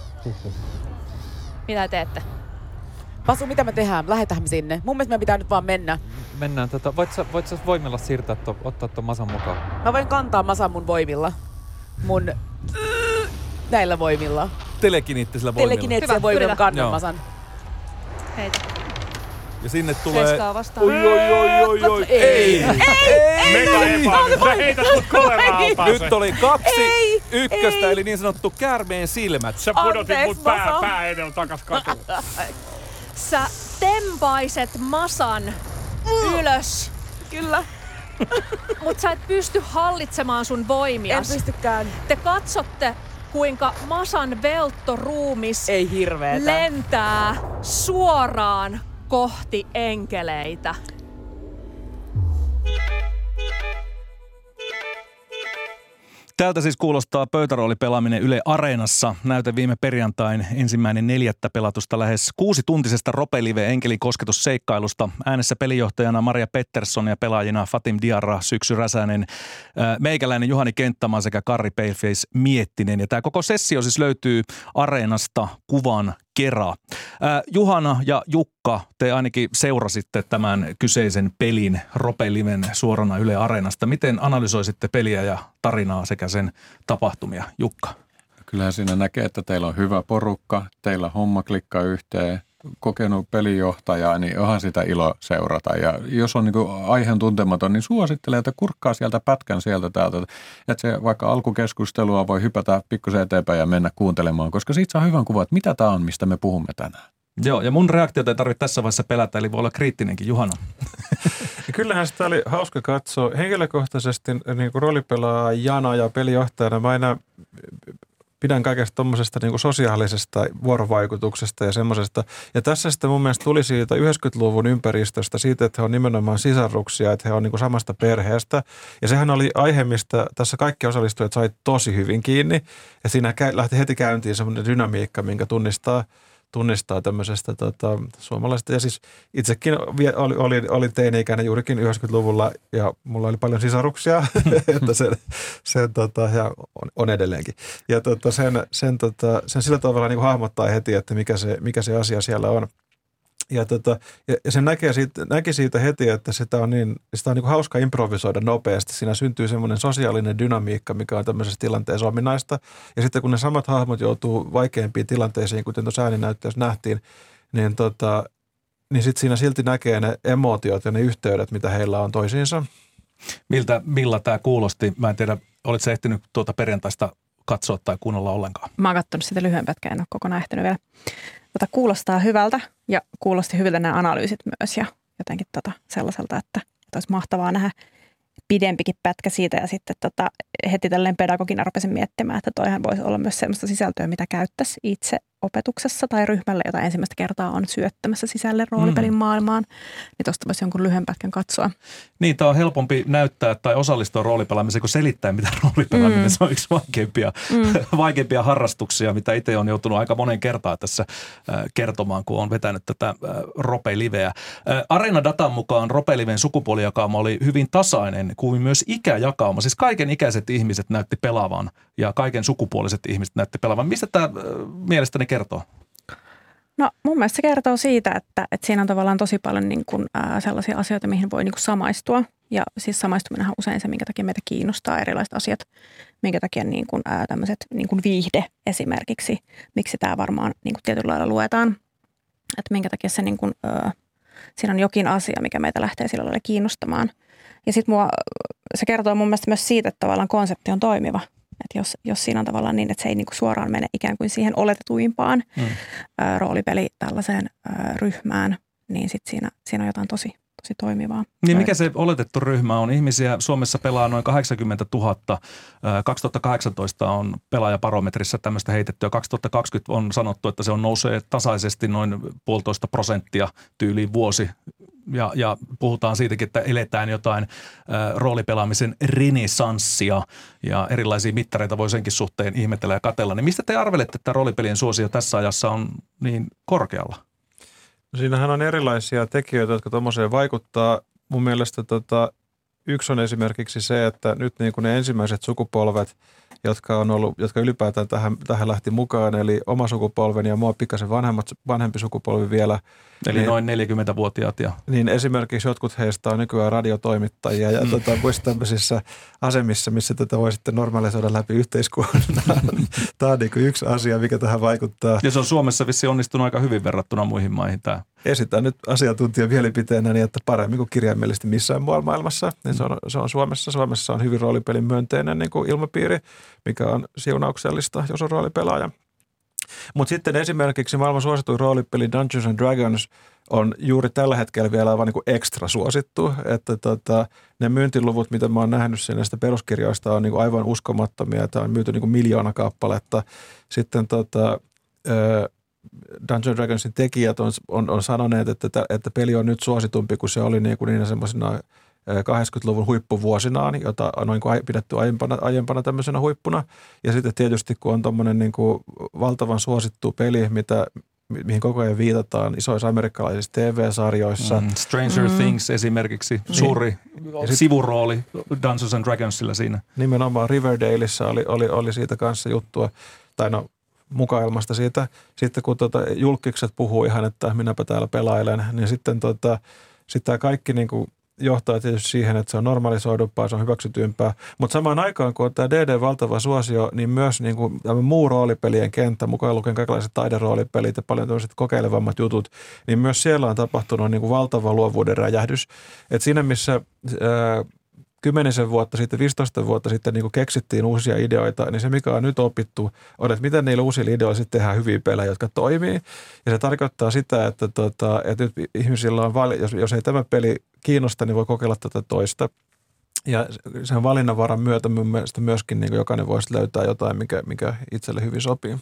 F: Mitä teette?
G: Vasu, mitä me tehdään? Lähdetään me sinne. Mun mielestä meidän pitää nyt vaan mennä.
H: Mennään. Voit sä voimilla siirtää, ottaa ton Masan mukaan?
G: Mä voin kantaa Masan mun voimilla. Mun näillä voimilla.
H: Telekineettisillä voimilla.
G: Telekineettisillä voimilla kannan Masan.
F: Heitä.
H: Ja sinne tulee...
F: Seiskaa vastaan.
H: Oi. Ei!
D: Mega epäily. Sä heität mut koleraalta.
H: Nyt oli 2-1, eli niin sanottu käärmeen silmät.
D: Sä pudotit mut pää edellä takas katuun.
F: Sä tempaiset Masan ylös.
G: Kyllä.
F: Mut sä et pysty hallitsemaan sun voimias.
G: En pystykään.
F: Te katsotte, kuinka Masan veltto ruumis
G: Ei hirveetä.
F: lentää suoraan kohti enkeleitä.
B: Täältä siis kuulostaa pöytäroolipelaaminen Yle Areenassa. Näyte viime perjantain 1.4. pelatusta lähes 6-tuntisesta Rope Live Enkelin kosketusseikkailusta. Äänessä pelijohtajana Maria Pettersson ja pelaajina Fatim Diarra, Syksy Räsänen, meikäläinen Juhani Kenttämaa sekä Karri Paleface Miettinen. Ja tämä koko sessio siis löytyy Areenasta kuvan kera. Juhana ja Jukka, te ainakin seurasitte tämän kyseisen pelin Rope Liven suorana Yle Areenasta. Miten analysoisitte peliä ja tarinaa sekä sen tapahtumia, Jukka?
C: Kyllähän siinä näkee, että teillä on hyvä porukka, teillä homma klikkaa yhteen, kokenut pelijohtaja, niin onhan sitä ilo seurata. Ja jos on niin kuin aiheen tuntematon, niin suosittelen, että kurkkaa sieltä pätkän sieltä täältä. Että se vaikka alkukeskustelua voi hypätä pikkusen eteenpäin ja mennä kuuntelemaan, koska siitä saa hyvän kuvan, että mitä tämä on, mistä me puhumme tänään.
B: Joo, ja mun reaktiota ei tarvitse tässä vaiheessa pelätä, eli voi olla kriittinenkin. Juhana.
D: Kyllähän sitä oli hauska katsoa. Henkilökohtaisesti niin kuin roolipelaajana ja pelijohtajana mä aina pidän kaikesta tuommoisesta niin kuin sosiaalisesta vuorovaikutuksesta ja semmoisesta. Ja tässä sitten mun mielestä tuli siitä 90-luvun ympäristöstä siitä, että he on nimenomaan sisaruksia, että he on niin kuin samasta perheestä. Ja sehän oli aihe, mistä tässä kaikki osallistujat sai tosi hyvin kiinni. Ja siinä lähti heti käyntiin semmoinen dynamiikka, minkä tunnistaa tämmöisestä suomalaisesta. Ja siis itsekin olin teini-ikäinen juurikin 90-luvulla ja mulla oli paljon sisaruksia, että sen ja on edelleenkin. Ja sen sillä tavalla niin kuin hahmottaa heti, että mikä se asia siellä on. Ja sen näki siitä heti, että sitä on niin kuin hauska improvisoida nopeasti. Siinä syntyy semmoinen sosiaalinen dynamiikka, mikä on tämmöisessä tilanteessa ominaista. Ja sitten kun ne samat hahmot joutuu vaikeampiin tilanteisiin, kuten tuossa ääninäytteessä nähtiin, niin sitten siinä silti näkee ne emootiot ja ne yhteydet, mitä heillä on toisiinsa.
B: Millä tämä kuulosti? Mä en tiedä, olit sä ehtinyt tuota perjantaista katsoa tai kuunnella ollenkaan?
E: Mä oon katsonut sitä lyhyen pätkän, en ole kokonaan ehtinyt vielä. Kuulostaa hyvältä ja kuulosti hyviltä nämä analyysit myös ja jotenkin sellaiselta, että olisi mahtavaa nähdä pidempikin pätkä siitä ja sitten heti tälleen pedagogina rupesin miettimään, että toihan voisi olla myös sellaista sisältöä, mitä käyttäisi itse opetuksessa tai ryhmälle, jota ensimmäistä kertaa on syöttämässä sisälle roolipelin maailmaan, niin tuosta voisi jonkun lyhyen pätkän katsoa.
B: Niin, tämä on helpompi näyttää tai osallistua roolipelaamiseen, kuin selittää, mitä roolipelaaminen se on yksi vaikeimpia harrastuksia, mitä itse on joutunut aika monen kertaa tässä kertomaan, kun on vetänyt tätä Rope-liveä. Areenadatan mukaan Rope-liven sukupuolijakauma oli hyvin tasainen, kuin myös ikäjakauma. Siis kaiken ikäiset ihmiset näytti pelaavan ja kaiken sukupuoliset ihmiset näytti pelaavan. Mistä tämä mielestäni kertoo?
E: No mun mielestä se kertoo siitä, että siinä on tavallaan tosi paljon niin kuin, sellaisia asioita, mihin voi niin kuin samaistua. Ja siis samaistuminen on usein se, minkä takia meitä kiinnostaa erilaiset asiat, minkä takia niin kuin, tämmöiset niin kuin viihde esimerkiksi, miksi tämä varmaan niin kuin tietyllä lailla luetaan. Että minkä takia se, niin kuin, siinä on jokin asia, mikä meitä lähtee sillä lailla kiinnostamaan. Ja sitten se kertoo mun mielestä myös siitä, että tavallaan konsepti on toimiva. Että jos siinä on tavallaan niin, että se ei niinku suoraan mene ikään kuin siihen oletetuimpaan roolipeli tällaiseen ryhmään, niin sitten siinä on jotain tosi toimivaa.
B: Niin mikä se oletettu ryhmä on? Ihmisiä Suomessa pelaa noin 80 000. 2018 on pelaajabarometrissa tämmöistä heitettyä. 2020 on sanottu, että se on nousee tasaisesti noin 1,5% tyyliin vuosi. Ja puhutaan siitäkin, että eletään jotain roolipelaamisen renesanssia ja erilaisia mittareita voi senkin suhteen ihmetellä ja katsella. Niin mistä te arvelette, että roolipelien suosio tässä ajassa on niin korkealla?
D: No siinähän on erilaisia tekijöitä, jotka tuommoiseen vaikuttaa. Mun mielestä yksi on esimerkiksi se, että nyt niin kuin ne ensimmäiset sukupolvet, jotka ylipäätään tähän lähti mukaan, eli oma sukupolveni ja mua pikkasen vanhempi sukupolvi vielä.
B: Eli noin 40-vuotiaat.
D: Niin esimerkiksi jotkut heistä on nykyään radiotoimittajia ja muissa tämmöisissä asemissa, missä tätä voi sitten normalisoida läpi yhteiskunnan. Tämä on niin kuin yksi asia, mikä tähän vaikuttaa.
B: Ja se on Suomessa vissiin onnistunut aika hyvin verrattuna muihin maihin tämä.
D: Esitän nyt asiantuntijan mielipiteenä niin, että paremmin kuin kirjaimellisesti missään muualla maailmassa. Se on Suomessa. Suomessa on hyvin roolipelin myönteinen niin kuin ilmapiiri, mikä on siunauksellista, jos on roolipelaaja. Mutta sitten esimerkiksi maailman suosituin roolipeli Dungeons and Dragons on juuri tällä hetkellä vielä aivan niin kuin ekstra suosittu. Että ne myyntiluvut, mitä mä oon nähnyt näistä peruskirjoista, on niin kuin aivan uskomattomia. Tämä on myyty niin kuin 1 miljoona kappaletta. Sitten Dungeons & Dragonsin tekijät on sanoneet, että peli on nyt suositumpi, kun se oli niin semmoisena 80-luvun huippuvuosinaan, jota on niin kuin pidetty aiempana tämmöisenä huippuna. Ja sitten tietysti, kun on tommoinen niin kuin valtavan suosittu peli, mihin koko ajan viitataan isoissa amerikkalaisissa TV-sarjoissa.
B: Stranger Things esimerkiksi, suuri sivurooli Dungeons and Dragonsilla siinä.
D: Nimenomaan Riverdaleissa oli siitä kanssa juttua, tai no mukailmasta siitä. Sitten kun julkkikset puhuu ihan, että minäpä täällä pelailen, niin sitten tämä kaikki niin kuin johtaa tietysti siihen, että se on normalisoidumpaa, se on hyväksytympää. Mutta samaan aikaan, kun on tämä DD-valtava suosio, niin myös niin kuin muu roolipelien kenttä, mukaan lukien kaikenlaiset taideroolipelit ja paljon tämmöiset kokeilevammat jutut, niin myös siellä on tapahtunut niin kuin valtava luovuuden räjähdys. Et siinä, missä 10 vuotta sitten, 15 vuotta sitten niin kuin keksittiin uusia ideoita, niin se mikä on nyt opittu on, että miten niillä uusilla ideoilla sitten tehdään hyviä pelejä, jotka toimii. Ja se tarkoittaa sitä, että nyt ihmisillä on jos ei tämä peli kiinnosta, niin voi kokeilla tätä toista. Ja sen valinnanvaran myötä mun mielestä myöskin niin jokainen voisi löytää jotain, mikä itselle hyvin sopii.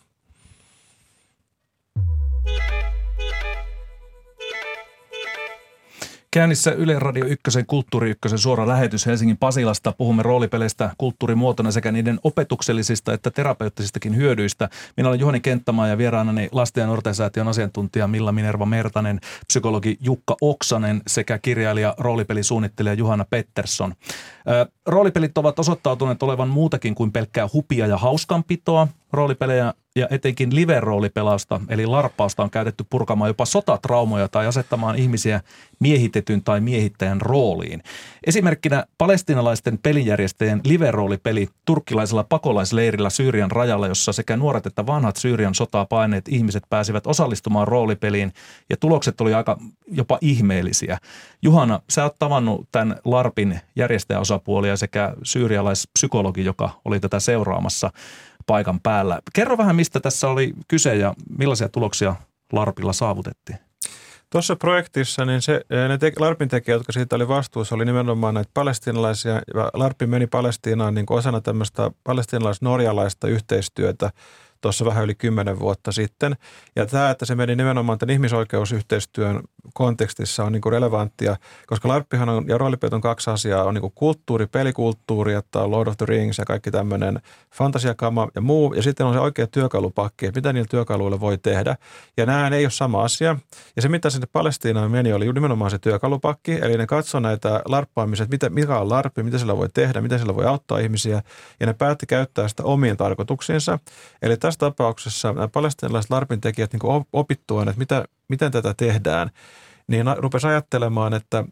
B: Käynnissä Yle Radio 1, Kulttuuri 1 suora lähetys Helsingin Pasilasta. Puhumme roolipeleistä kulttuurimuotona sekä niiden opetuksellisista että terapeuttisistakin hyödyistä. Minä olen Juhani Kenttämaa ja vieraanani Lasten ja nuorten säätiön asiantuntija Milla Minerva Mertanen, psykologi Jukka Oksanen sekä kirjailija, roolipelisuunnittelija Juhana Pettersson. Roolipelit ovat osoittautuneet olevan muutakin kuin pelkkää hupia ja hauskanpitoa. Roolipelejä ja etenkin live-roolipelausta eli larppausta on käytetty purkamaan jopa sotatraumoja tai asettamaan ihmisiä miehitetyn tai miehittäjän rooliin. Esimerkkinä palestiinalaisten pelijärjestäjien live-roolipeli turkkilaisella pakolaisleirillä Syyrian rajalla, jossa sekä nuoret että vanhat Syyrian sotaa paineet ihmiset pääsivät osallistumaan roolipeliin ja tulokset oli aika jopa ihmeellisiä. Juhana, sä oot tavannut tämän LARPin järjestäjäosapuolia sekä syyrialaispsykologi, joka oli tätä seuraamassa paikan päällä. Kerro vähän, mistä tässä oli kyse ja millaisia tuloksia LARPilla saavutettiin?
D: Tuossa projektissa niin LARPin tekijät, jotka siitä oli vastuussa, oli nimenomaan näitä palestiinalaisia. LARPi meni Palestiinaan niin kuin osana tämmöistä palestiinalais-norjalaista yhteistyötä tuossa vähän yli 10 vuotta sitten. Ja tämä, että se meni nimenomaan tämän ihmisoikeusyhteistyön kontekstissa on niin kuin relevanttia, koska LARPihan on, ja roolipelit on 2 asiaa, on niin kuin kulttuuri, pelikulttuuri, että on Lord of the Rings ja kaikki tämmöinen fantasiakama ja muu, ja sitten on se oikea työkalupakki, että mitä niillä työkaluilla voi tehdä. Ja nämä ei ole sama asia. Ja se, mitä sinne Palestiinaan meni, oli nimenomaan se työkalupakki, eli ne katsoi näitä larppaamisia, että mikä on larppi, mitä sillä voi tehdä, mitä sillä voi auttaa ihmisiä, ja ne päätti käyttää sitä omiin tarkoituksiinsa. Eli tässä tapauksessa nämä palestiinalaiset LARPin tekijät niin opittuaan, että miten tätä tehdään, niin rupesi ajattelemaan, että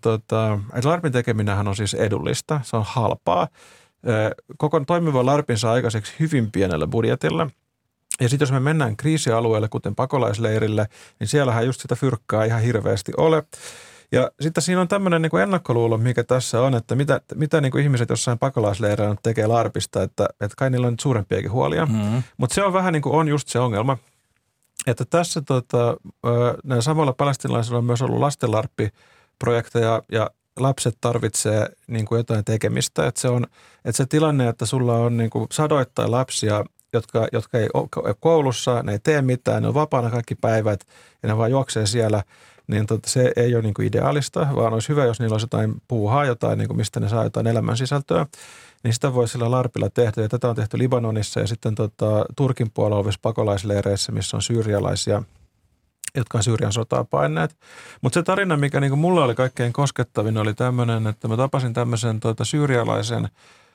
D: LARPin tekeminenhän on siis edullista, se on halpaa. Koko toimiva LARPin saa aikaiseksi hyvin pienellä budjetilla. Ja sitten jos me mennään kriisialueelle, kuten pakolaisleirille, niin siellähän just sitä fyrkkaa ihan hirveästi ole. Ja sitten siinä on tämmöinen niin kuin ennakkoluulo, mikä tässä on, että mitä niin kuin ihmiset jossain pakolaisleireillä tekee LARPista, että kai niillä on nyt suurempiakin huolia. Mm-hmm. Mutta se on vähän niin kuin on just se ongelma, että tässä näillä samalla palestiinalaisilla on myös ollut lastenlarppiprojekteja ja lapset tarvitsee niin kuin jotain tekemistä. Että se tilanne, että sulla on niin kuin sadoittain lapsia, jotka ei ole koulussa, ne ei tee mitään, ne on vapaana kaikki päivät ja ne vaan juoksee siellä, niin se ei ole niin kuin ideaalista, vaan olisi hyvä, jos niillä olisi jotain puuhaa, jotain, niin kuin mistä ne saa jotain elämän sisältöä, niin sitä voi sillä LARPilla tehdä. Ja tätä on tehty Libanonissa ja sitten Turkin puolella olevissa pakolaisleireissä, missä on syyrialaisia, jotka on Syyrian sotaa paineet. Mutta se tarina, mikä niin kuin mulla oli kaikkein koskettavin, oli tämmöinen, että mä tapasin tämmöisen syyrialaisen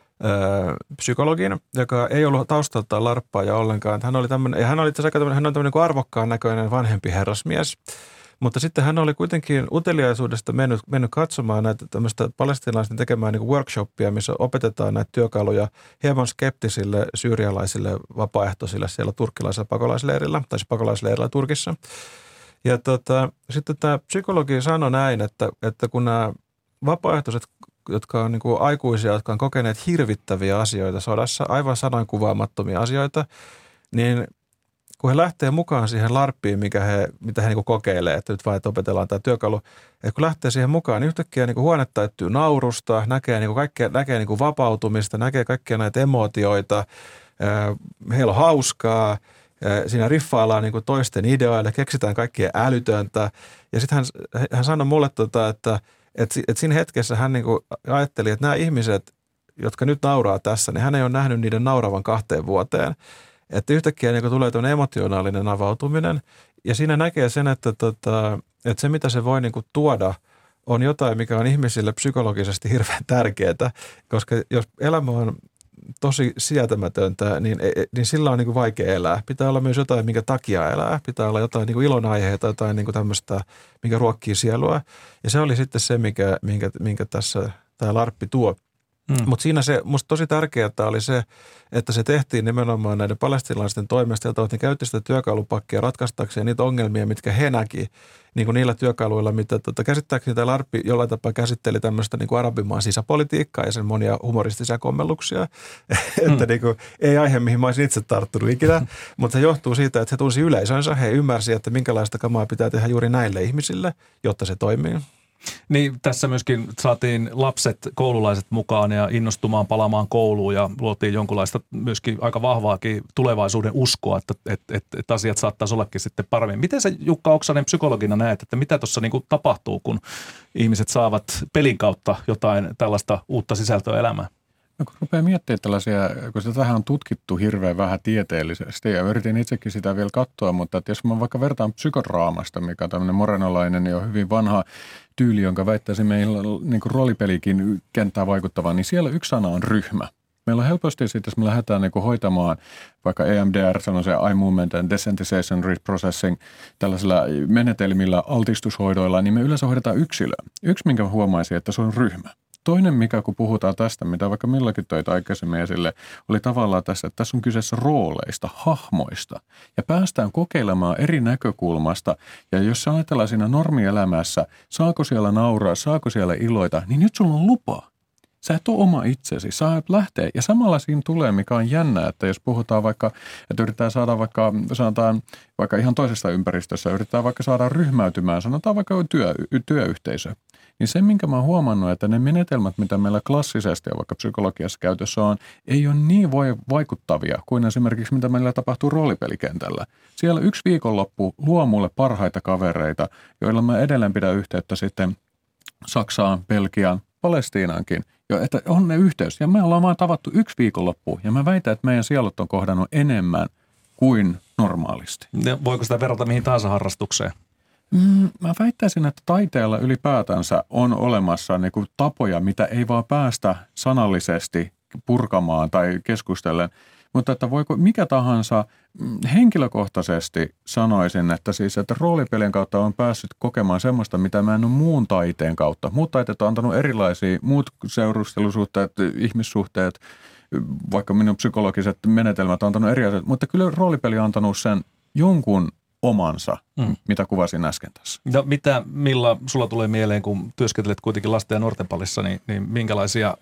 D: psykologin, joka ei ollut taustaltaan larppaaja ollenkaan. Hän oli tämmöinen niin arvokkaan näköinen vanhempi herrasmies. Mutta sitten hän oli kuitenkin uteliaisuudesta mennyt katsomaan näitä tämmöistä palestiinalaisten tekemään niin kuin workshoppia, missä opetetaan näitä työkaluja hieman skeptisille syyrialaisille vapaaehtoisille siellä turkkilaisella pakolaisleirillä, tai siis pakolaisleirillä Turkissa. Ja sitten tämä psykologi sanoi näin, että kun nämä vapaaehtoiset, jotka on niin kuin aikuisia, jotka on kokeneet hirvittäviä asioita sodassa, aivan sanankuvaamattomia asioita, niin kun he lähtee mukaan siihen larppiin, mitä he niin kuin kokeilee, että nyt vaan että opetellaan tämä työkalu, että kun lähtee siihen mukaan, niin yhtäkkiä niin kuin huone täyttyy naurusta, näkee niin kuin vapautumista, näkee kaikkia näitä emootioita, heillä on hauskaa, siinä riffaillaan niin kuin toisten ideoille, keksitään kaikkia älytöntä. Ja sitten hän sanoi mulle, että siinä hetkessä hän niin kuin ajatteli, että nämä ihmiset, jotka nyt nauraa tässä, niin hän ei ole nähnyt niiden nauravan 2 vuoteen. Että yhtäkkiä niin tulee tuon emotionaalinen avautuminen ja siinä näkee sen, että se mitä se voi niin kuin tuoda on jotain, mikä on ihmisille psykologisesti hirveän tärkeää, koska jos elämä on tosi sietämätöntä, niin sillä on niin kuin vaikea elää. Pitää olla myös jotain, minkä takia elää. Pitää olla jotain niin kuin ilonaiheita, jotain niin kuin tämmöistä, mikä ruokkii sielua. Ja se oli sitten se, minkä tässä tämä LARPpi tuo. Mutta siinä se musta tosi tärkeää oli se, että se tehtiin nimenomaan näiden palestiinalaisten toimesta, että ne käytti sitä työkalupakkia ratkaistakseen niitä ongelmia, mitkä he näki niin kuin niillä työkaluilla, mitä käsittääkseni tämä LARPpi jollain tapaa käsitteli tämmöistä niin kuin arabimaan sisäpolitiikkaa ja sen monia humoristisia kommelluksia, että niin kuin, ei aihe, mihin mä olisin itse tarttunut ikinä, mutta se johtuu siitä, että he tunsi yleisönsä, he ymmärsi, että minkälaista kamaa pitää tehdä juuri näille ihmisille, jotta se toimii.
B: Niin, tässä myöskin saatiin lapset, koululaiset mukaan ja innostumaan palaamaan kouluun ja luotiin jonkunlaista myöskin aika vahvaakin tulevaisuuden uskoa, että asiat saattaisi ollakin sitten paremmin. Miten sä, Jukka Oksanen, psykologina näet, että mitä tuossa niinku tapahtuu, kun ihmiset saavat pelin kautta jotain tällaista uutta sisältöä elämään?
C: No kun rupeaa miettimään tällaisia, kun sitä tähän on tutkittu hirveän vähän tieteellisesti ja yritin itsekin sitä vielä katsoa, mutta että jos mä vaikka vertaan psykodraamasta, mikä on tämmöinen morenolainen ja hyvin vanha tyyli, jonka väittäisi meillä niin kuin roolipelikin kenttää vaikuttavaa, niin siellä yksi sana on ryhmä. Meillä on helposti sitten, jos me lähdetään niin kuin hoitamaan vaikka EMDR, sellaisia eye movement and desensitization reprocessing, tällaisilla menetelmillä, altistushoidoilla, niin me yleensä hoidetaan yksilöä. Yksi, minkä huomaisin, että se on ryhmä. Toinen, mikä kun puhutaan tästä, mitä vaikka Millakin toit aikaisemmin esille, oli tavallaan tässä, että tässä on kyseessä rooleista, hahmoista. Ja päästään kokeilemaan eri näkökulmasta. Ja jos ajatellaan siinä normielämässä, saako siellä nauraa, saako siellä iloita, niin nyt sulla on lupa. Sä et ole oma itsesi, sä et lähteä. Ja samalla siinä tulee, mikä on jännä, että jos puhutaan vaikka, että yritetään saada vaikka ihan toisesta ympäristössä, yritetään vaikka saada ryhmäytymään, sanotaan vaikka työyhteisö. Niin se, minkä mä oon huomannut, että ne menetelmät, mitä meillä klassisesti ja vaikka psykologiassa käytössä on, ei ole niin vaikuttavia kuin esimerkiksi mitä meillä tapahtuu roolipelikentällä. Siellä yksi viikonloppu luo mulle parhaita kavereita, joilla mä edelleen pidän yhteyttä sitten Saksaan, Belgiaan, Palestiinaankin. Että on ne yhteys. Ja me ollaan vaan tavattu yksi viikonloppu ja mä väitän, että meidän sielut on kohdannut enemmän kuin normaalisti.
B: Voiko sitä verrata mihin tahansa harrastukseen?
C: Mä väittäisin, että taiteella ylipäätänsä on olemassa niin kuin tapoja, mitä ei vaan päästä sanallisesti purkamaan tai keskustellen. Mutta että voiko mikä tahansa henkilökohtaisesti sanoisin, että siis että roolipelien kautta on päässyt kokemaan semmoista, mitä mä en ole muun taiteen kautta. Muut taiteet on antanut erilaisia, muut seurustelusuhteet, ihmissuhteet, vaikka minun psykologiset menetelmät on antanut eri asioita, mutta kyllä roolipeli on antanut sen jonkun omansa, mitä kuvasin äsken tässä.
B: No Milla, sulla tulee mieleen, kun työskentelet kuitenkin lasten ja nuorten parissa, niin minkälaisia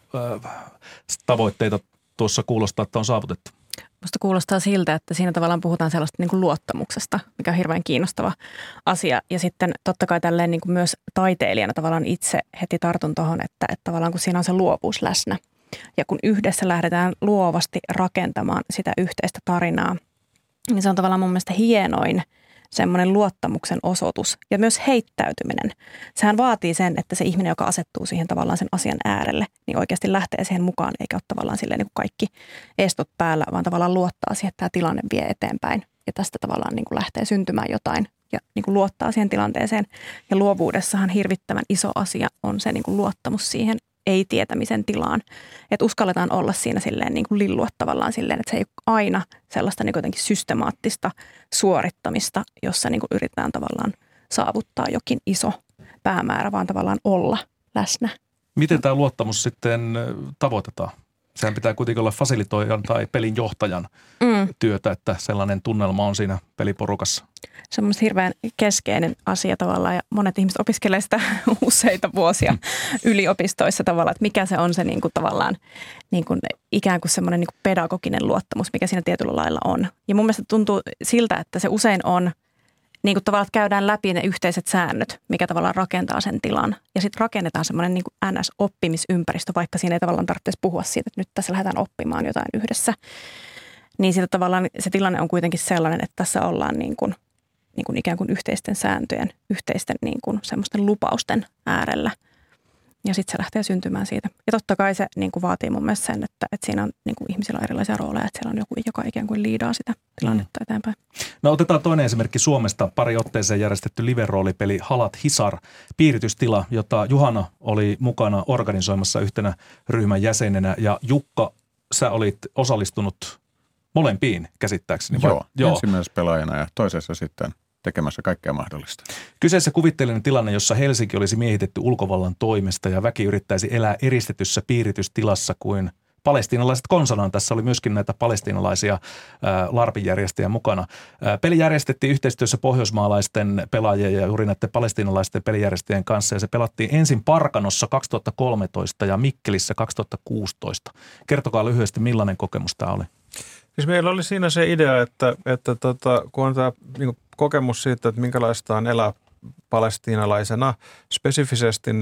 B: tavoitteita tuossa kuulostaa, että on saavutettu?
E: Musta kuulostaa siltä, että siinä tavallaan puhutaan sellaista niin kuin luottamuksesta, mikä on hirveän kiinnostava asia. Ja sitten totta kai tälleen niin kuin myös taiteilijana tavallaan itse heti tartun tuohon, että tavallaan kun siinä on se luovuus läsnä. Ja kun yhdessä lähdetään luovasti rakentamaan sitä yhteistä tarinaa, niin se on tavallaan mun mielestä hienoin semmoinen luottamuksen osoitus ja myös heittäytyminen. Sehän vaatii sen, että se ihminen, joka asettuu siihen tavallaan sen asian äärelle, niin oikeasti lähtee siihen mukaan, eikä ole tavallaan silleen niin kuin kaikki estot päällä, vaan tavallaan luottaa siihen, että tämä tilanne vie eteenpäin. Ja tästä tavallaan niin kuin lähtee syntymään jotain ja niin kuin luottaa siihen tilanteeseen. Ja luovuudessahan hirvittävän iso asia on se niin kuin luottamus siihen ei-tietämisen tilaan. Että uskalletaan olla siinä silleen niin kuin lillua tavallaan silleen, että se ei ole aina sellaista niin kuin jotenkin systemaattista suorittamista, jossa niin kuin yritetään tavallaan saavuttaa jokin iso päämäärä, vaan tavallaan olla läsnä.
B: Miten tämä luottamus sitten tavoitetaan? Sehän pitää kuitenkin olla fasilitoijan tai pelin johtajan työtä, että sellainen tunnelma on siinä peliporukassa.
E: Se on minusta hirveän keskeinen asia tavallaan ja monet ihmiset opiskelee sitä useita vuosia yliopistoissa tavallaan, että mikä se on se niin kuin tavallaan niin kuin ikään kuin semmoinen niin kuin pedagoginen luottamus, mikä siinä tietyllä lailla on. Ja mun mielestä tuntuu siltä, että se usein on niin kuin tavallaan, että käydään läpi ne yhteiset säännöt, mikä tavallaan rakentaa sen tilan. Ja sitten rakennetaan semmoinen niin kuin NS-oppimisympäristö, vaikka siinä ei tavallaan tarvitse puhua siitä, että nyt tässä lähdetään oppimaan jotain yhdessä. Niin sitten tavallaan se tilanne on kuitenkin sellainen, että tässä ollaan niin kuin ikään kuin yhteisten sääntöjen, yhteisten niin kuin semmoisten lupausten äärellä. Ja sitten se lähtee syntymään siitä. Ja totta kai se niin kuin vaatii mun mielestä sen, että siinä on niin kuin ihmisillä on erilaisia rooleja, että siellä on joku, joka ikään kuin liidaa sitä tilannetta eteenpäin.
B: No otetaan toinen esimerkki Suomesta. Pari otteeseen järjestetty live-roolipeli Halat Hisar, piiritystila, jota Juhana oli mukana organisoimassa yhtenä ryhmän jäsenenä. Ja Jukka, sä olit osallistunut molempiin käsittääkseni.
C: Joo, ensimmäisessä pelaajana ja toisessa sitten tekemässä kaikkea mahdollista.
B: Kyseessä kuvitteellinen tilanne, jossa Helsinki olisi miehitetty ulkovallan toimesta ja väki yrittäisi elää eristetyssä piiritystilassa kuin palestiinalaiset konsanaan. Tässä oli myöskin näitä palestiinalaisia LARPin-järjestäjiä mukana. Peli järjestettiin yhteistyössä pohjoismaalaisten pelaajien ja juuri näiden palestiinalaisten pelijärjestäjien kanssa ja se pelattiin ensin Parkanossa 2013 ja Mikkelissä 2016. Kertokaa lyhyesti, millainen kokemus tämä oli?
D: Siis meillä oli siinä se idea, että kun on tämä niin kokemus siitä, että minkälaista on elää palestiinalaisena spesifisesti,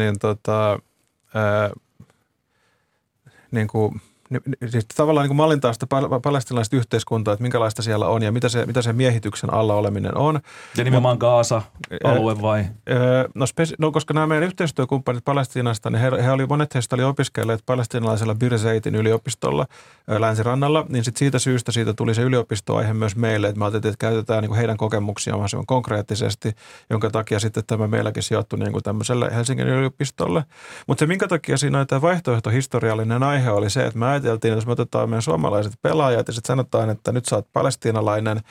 D: siis tavallaan niin kuin mallintaa sitä palestiinalaista yhteiskuntaa, että minkälaista siellä on ja mitä se miehityksen alla oleminen on.
B: Ja nimenomaan Gaasa-alue vai?
D: No koska nämä meidän yhteistyökumppanit Palestiinasta, niin monet heistä oli opiskelleet palestiinalaisella Birzeitin yliopistolla Länsirannalla, niin siitä syystä siitä tuli se yliopistoaihe myös meille, että me ajattelin, että käytetään niin kuin heidän kokemuksiaan mahdollisimman konkreettisesti, jonka takia sitten tämä meilläkin sijoittui niin kuin tämmöiselle Helsingin yliopistolle. Mutta se minkä takia siinä tämä vaihtoehtohistoriallinen aihe oli se, että me ajateltiin, että jos me otetaan meidän suomalaiset pelaajat ja sitten sanotaan, että nyt sä oot palestiinalainen,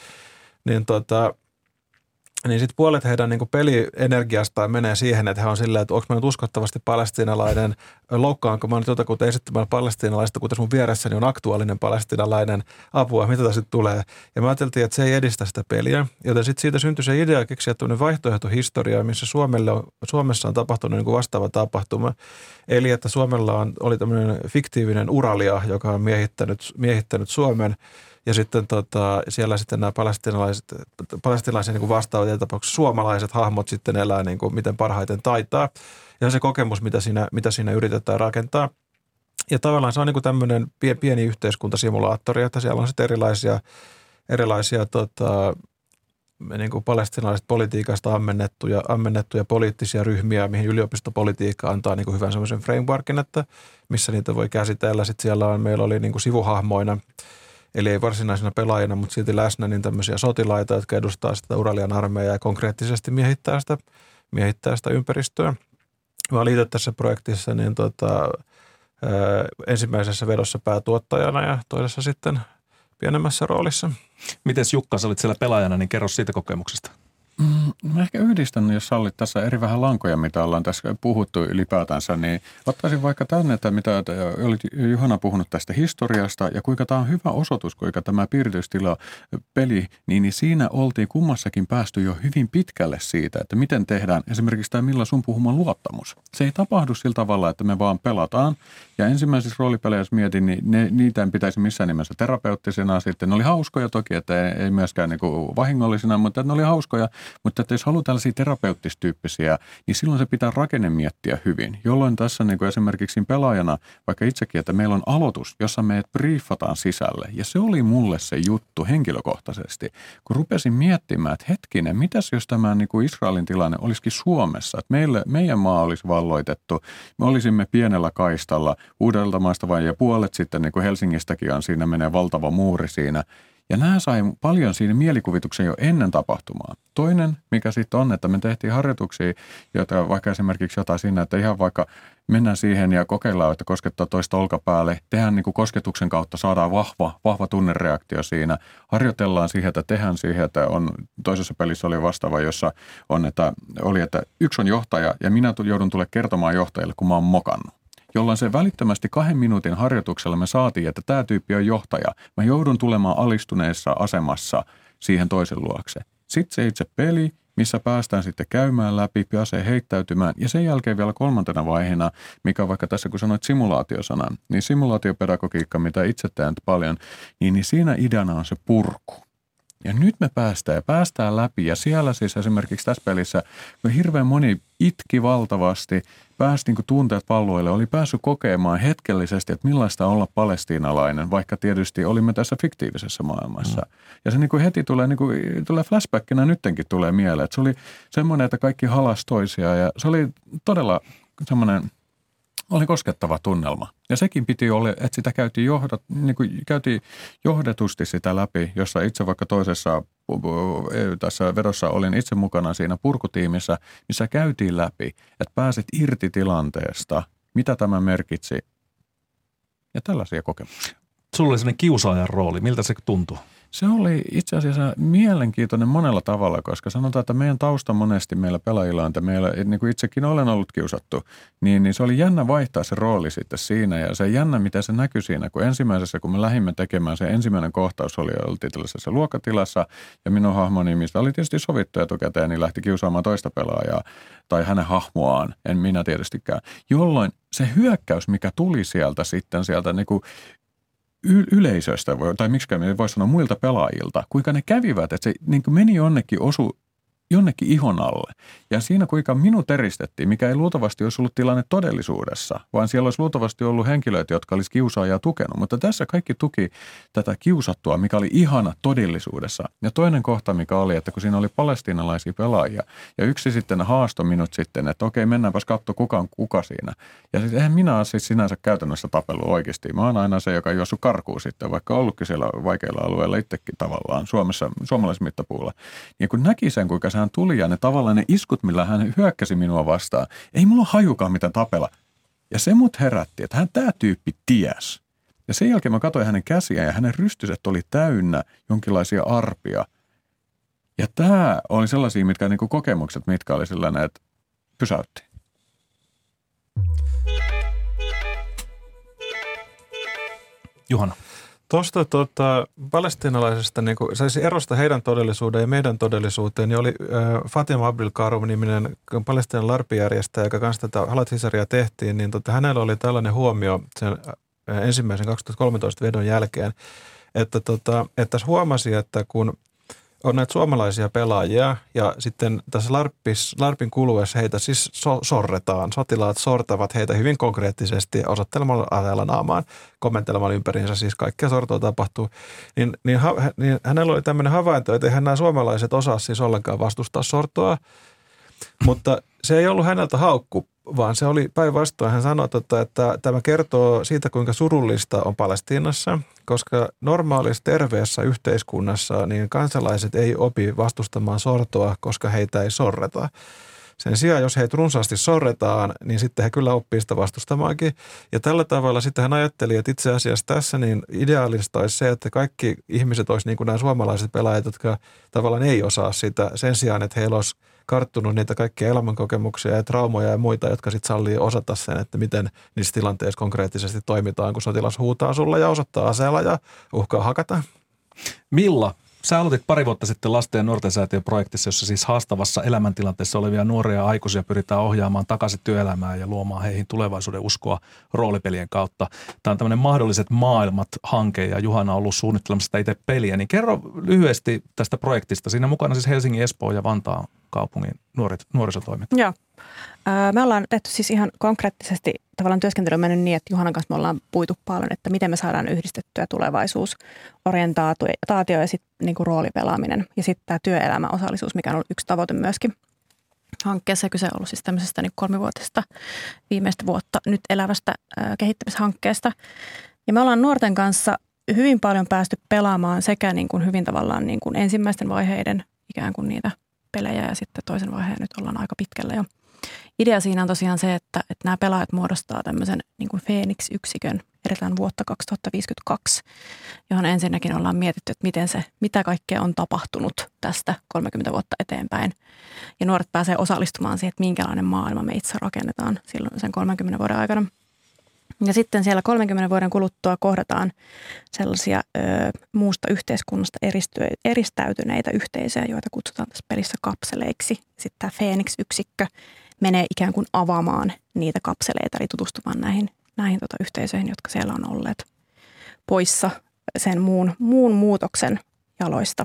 D: niin sitten puolet heidän niin kuin pelienergiastaan menee siihen, että he on silleen, että onko mä nyt uskottavasti palestiinalainen, loukkaanko mä nyt jotakuta esittämällä palestiinalaista, kun tässä mun vieressäni on aktuaalinen palestiinalainen, apua, mitä tässä nyt tulee. Ja mä ajatteltiin, että se ei edistä sitä peliä, joten sitten siitä syntyi se idea keksiä tämmöinen vaihtoehtohistoria, missä Suomessa on tapahtunut niin kuin vastaava tapahtuma. Eli että Suomella oli tämmöinen fiktiivinen Uralia, joka on miehittänyt Suomen. Ja sitten siellä sitten nämä palestiinalaisen niin kuin vastaavat ja tapauksessa suomalaiset hahmot sitten elää niin kuin miten parhaiten taitaa. Ja se kokemus, mitä siinä yritetään rakentaa. Ja tavallaan se on niin kuin tämmöinen pieni yhteiskuntasimulaattori, että siellä on sitten erilaisia niin kuin palestiinalaiset politiikasta ammennettuja poliittisia ryhmiä, mihin yliopistopolitiikka antaa niin kuin hyvän semmoisen frameworkin, että missä niitä voi käsitellä. Sitten meillä oli niin kuin sivuhahmoina, eli ei varsinaisena pelaajina, mutta silti läsnä, niin tämmöisiä sotilaita, jotka edustaa sitä Uralian armeijaa ja konkreettisesti miehittää sitä ympäristöä. Mä olin itse tässä projektissa niin ensimmäisessä vedossa päätuottajana ja toisessa sitten pienemmässä roolissa.
B: Mites Jukka, sä olit siellä pelaajana, niin kerro siitä kokemuksesta.
C: Mä ehkä yhdistän, jos sallit tässä eri vähän lankoja, mitä ollaan tässä puhuttu ylipäätänsä, niin ottaisin vaikka tänne, että mitä olit Juhana puhunut tästä historiasta ja kuinka tämä on hyvä osoitus, kuinka tämä piiritystila-peli, niin siinä oltiin kummassakin päästy jo hyvin pitkälle siitä, että miten tehdään esimerkiksi tämä Milla sun puhuma luottamus. Se ei tapahdu sillä tavalla, että me vaan pelataan. Ja ensimmäisissä roolipeleissä mietin, niin niitä ei pitäisi missään nimessä terapeuttisena sitten. Ne oli hauskoja toki, että ei myöskään niin kuin vahingollisina, mutta ne oli hauskoja. Mutta että jos haluaa tällaisia terapeuttistyyppisiä, niin silloin se pitää rakenne miettiä hyvin. Jolloin tässä niin kuin esimerkiksi pelaajana, vaikka itsekin, että meillä on aloitus, jossa meidät briefataan sisälle. Ja se oli mulle se juttu henkilökohtaisesti, kun rupesin miettimään, että hetkinen, mitäs jos tämä niin kuin Israelin tilanne olisikin Suomessa? Että meidän maa olisi valloitettu, me olisimme pienellä kaistalla Uudeltamaasta vain ja puolet sitten niin kuin Helsingistäkin on, siinä menee valtava muuri siinä. Ja nämä sai paljon siinä mielikuvituksen jo ennen tapahtumaa. Toinen, mikä sitten on, että me tehtiin harjoituksia, joita vaikka esimerkiksi jotain siinä, että ihan vaikka mennään siihen ja kokeillaan, että koskettaa toista olkapäälle, tehdään niin kuin kosketuksen kautta, saadaan vahva tunnereaktio siinä. Harjoitellaan siihen, että tehdään siihen, että on, toisessa pelissä oli vastaava, jossa on, että yksi on johtaja ja minä joudun tulemaan kertomaan johtajalle, kun mä oon mokannut. Jolloin se välittömästi 2 minuutin harjoituksella me saatiin, että tämä tyyppi on johtaja. Mä joudun tulemaan alistuneessa asemassa siihen toisen luokse. Sitten se itse peli, missä päästään sitten käymään läpi, pääsee heittäytymään. Ja sen jälkeen vielä 3. vaiheena, mikä vaikka tässä kun sanoit simulaatiosanan, niin simulaatiopedagogiikka, mitä itse teen paljon, niin siinä ideana on se purku. Ja nyt me päästään läpi ja siellä siis esimerkiksi tässä pelissä, kun hirveän moni itki valtavasti, pääsi niin tunteet palloille, oli päässyt kokemaan hetkellisesti, että millaista olla palestiinalainen, vaikka tietysti olimme tässä fiktiivisessä maailmassa. Ja se niin kuin heti tulee flashbackina nyttenkin tulee mieleen, että se oli semmoinen, että kaikki halasi toisiaan ja se oli todella semmoinen, oli koskettava tunnelma. Ja sekin piti olla, että sitä käytiin johdetusti sitä läpi, jossa itse vaikka toisessa tässä vedossa olin itse mukana siinä purkutiimissä, missä käytiin läpi, että pääsit irti tilanteesta, mitä tämä merkitsi ja tällaisia kokemuksia.
B: Sulla oli sellainen kiusaajan rooli. Miltä se tuntuu?
C: Se oli itse asiassa mielenkiintoinen monella tavalla, koska sanotaan, että meidän tausta monesti meillä pelaajilla on, että meillä, niin kuin itsekin olen ollut kiusattu, niin se oli jännä vaihtaa se rooli sitten siinä ja se jännä, mitä se näkyi siinä, kun ensimmäisessä, kun me lähdimme tekemään, se ensimmäinen kohtaus oltiin tällaisessa luokkatilassa ja minun hahmoni, mistä oli tietysti sovittu etukäteen, niin lähti kiusaamaan toista pelaajaa tai hänen hahmoaan, en minä tietystikään, jolloin se hyökkäys, mikä tuli sieltä niin kuin yleisöstä, tai miksikään voisi sanoa muilta pelaajilta, kuinka ne kävivät, että se niin kuin meni jonnekin jonnekin ihon alle. Ja siinä kuinka minut eristettiin, mikä ei luultavasti olisi ollut tilanne todellisuudessa, vaan siellä olisi luultavasti ollut henkilöitä, jotka olisi kiusaajaa tukenut. Mutta tässä kaikki tuki tätä kiusattua, mikä oli ihana todellisuudessa. Ja toinen kohta, mikä oli, että kun siinä oli palestiinalaisia pelaajia, ja yksi sitten haastoi minut sitten, että okei, mennäänpäs katso kuka siinä. Ja siis eihän minä ole siis sinänsä käytännössä tapellut oikeasti. Mä oon aina se, joka juossut karkuun sitten, vaikka ollutkin siellä vaikeilla alueilla itsekin tavallaan suomalaismittapuulla. Ja kun näki sen, kuinka hän tuli ja ne iskut, millä hän hyökkäsi minua vastaan, ei mulla ole hajukaan mitä tapella. Ja se mut herätti, että tämä tyyppi ties. Ja sen jälkeen mä katsoin hänen käsiään ja hänen rystyset oli täynnä jonkinlaisia arpia. Ja tämä oli sellaisia mitkä niin kuin kokemukset, mitkä oli sellainen, että pysäytti.
B: Juhana.
D: Tuosta palestiinalaisesta niin erosta heidän todellisuuteen ja meidän todellisuuteen, niin oli Fatima Abdel-Karum-niminen Palestiinan larpijärjestäjä, joka kanssa tätä Halat-Hisaria tehtiin, niin hänellä oli tällainen huomio sen ensimmäisen 2013 vedon jälkeen, että huomasi, että kun on näitä suomalaisia pelaajia ja sitten tässä larpin kuluessa heitä siis sorretaan. Sotilaat sortavat heitä hyvin konkreettisesti osoittelemalla aseella naamaan, kommentelemalla ympäriinsä, siis kaikkea sortoa tapahtuu. Niin hänellä oli tämmöinen havainto, että eihän nämä suomalaiset osaa siis ollenkaan vastustaa sortoa, mutta se ei ollut häneltä haukku, vaan se oli päinvastoin. Hän sanoi, että tämä kertoo siitä, kuinka surullista on Palestiinassa, koska normaalissa terveessä yhteiskunnassa niin kansalaiset ei opi vastustamaan sortoa, koska heitä ei sorreta. Sen sijaan, jos heitä runsaasti sorretaan, niin sitten he kyllä oppii sitä vastustamaankin. Ja tällä tavalla sitten hän ajatteli, että itse asiassa tässä niin ideaalista olisi se, että kaikki ihmiset olisi niin kuin nämä suomalaiset pelaajat, jotka tavallaan ei osaa sitä sen sijaan, että heillä olisi karttunut niitä kaikkia elämänkokemuksia ja traumoja ja muita, jotka sitten sallii osata sen, että miten niissä tilanteissa konkreettisesti toimitaan, kun sotilas huutaa sulla ja osoittaa aseella ja uhkaa hakata.
B: Milla, sä aloitit pari vuotta sitten lasten ja nuorten säätiön projektissa, jossa siis haastavassa elämäntilanteessa olevia nuoria aikuisia pyritään ohjaamaan takaisin työelämään ja luomaan heihin tulevaisuuden uskoa roolipelien kautta. Tämä on tämmöinen Mahdolliset maailmat-hanke ja Juhana on ollut suunnittelemassa sitä itse peliä. Niin kerro lyhyesti tästä projektista. Siinä mukana siis Helsingin, Espoon ja Vantaan kaupungin nuorisotoimet. Joo.
E: Me ollaan tehty siis ihan konkreettisesti tavallaan työskentely on mennyt niin, että Juhanan kanssa me ollaan puitu paljon, että miten me saadaan yhdistettyä tulevaisuusorientaatio ja sitten niinku roolipelaaminen ja sitten tämä työelämäosallisuus, mikä on ollut yksi tavoite myöskin hankkeessa. Kyse on ollut siis tämmöisestä niin 3-vuotisesta viimeistä vuotta nyt elävästä kehittämishankkeesta. Ja me ollaan nuorten kanssa hyvin paljon päästy pelaamaan sekä niin kuin hyvin tavallaan niin kuin ensimmäisten vaiheiden ikään kuin niitä pelejä ja sitten toisen vaiheen nyt ollaan aika pitkällä jo. Idea siinä on tosiaan se, että nämä pelaajat muodostaa tämmöisen niin kuin Phoenix-yksikön edetään vuotta 2052, johon ensinnäkin ollaan mietitty, että mitä kaikkea on tapahtunut tästä 30 vuotta eteenpäin. Ja nuoret pääsee osallistumaan siihen, että minkälainen maailma me itse rakennetaan silloin sen 30 vuoden aikana. Ja sitten siellä 30 vuoden kuluttua kohdataan sellaisia muusta yhteiskunnasta eristäytyneitä yhteisöjä, joita kutsutaan tässä pelissä kapseleiksi. Sitten tämä Phoenix-yksikkö menee ikään kuin avaamaan niitä kapseleita, eli tutustumaan näihin yhteisöihin, jotka siellä on olleet poissa sen muun muutoksen jaloista.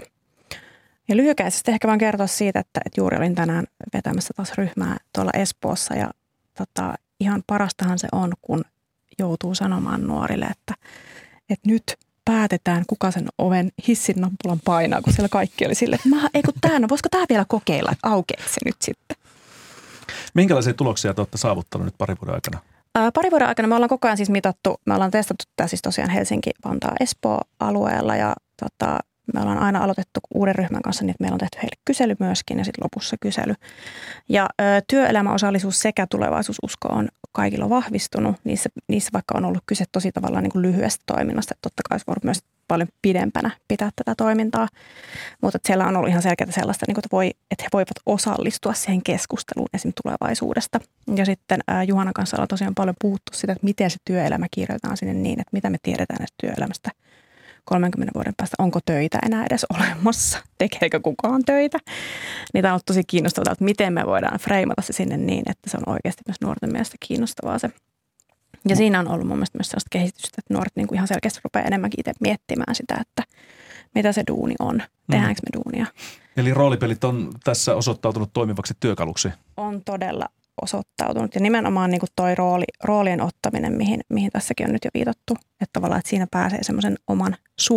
E: Ja lyhykäisesti ehkä vaan kertoa siitä, että juuri olin tänään vetämässä taas ryhmää tuolla Espoossa ja ihan parastahan se on, kun joutuu sanomaan nuorille, että nyt päätetään, kuka sen oven hissin nappulan painaa, kun siellä kaikki oli silleen, että voisiko tämä vielä kokeilla, että aukeeko se nyt sitten?
B: Minkälaisia tuloksia te olette saavuttanut nyt parin vuoden aikana?
E: Parin vuoden aikana me ollaan koko ajan siis me ollaan testattu tämä siis tosiaan Helsinki, Vantaa, Espoo alueella ja me ollaan aina aloitettu uuden ryhmän kanssa niin, että meillä on tehty heille kysely myöskin ja sitten lopussa kysely. Ja työelämäosallisuus sekä tulevaisuususko on kaikilla vahvistunut. Niissä vaikka on ollut kyse tosi tavallaan niin kuin lyhyestä toiminnasta, että totta kai olisi voinut myös paljon pidempänä pitää tätä toimintaa. Mutta siellä on ollut ihan selkeää sellaista, että he voivat osallistua siihen keskusteluun esimerkiksi tulevaisuudesta. Ja sitten Juhanan kanssa ollaan tosiaan paljon puhuttu sitä, että miten se työelämä kirjoitetaan sinne niin, että mitä me tiedetään näistä työelämästä 30 vuoden päästä, onko töitä enää edes olemassa, tekeekö kukaan töitä. Niitä on ollut tosi kiinnostavaa, että miten me voidaan freimata se sinne niin, että se on oikeasti myös nuorten mielestä kiinnostavaa se. Ja siinä on ollut mun mielestä myös sellaista kehitystä, että nuoret niin kuin ihan selkeästi rupeaa enemmänkin itse miettimään sitä, että mitä se duuni on. Tehdäänkö me duunia?
B: Eli roolipelit on tässä osoittautunut toimivaksi työkaluksi?
E: On todella osoittautunut. Ja nimenomaan niin kuin toi roolien ottaminen, mihin tässäkin on nyt jo viitattu. Että tavallaan, että siinä pääsee semmoisen oman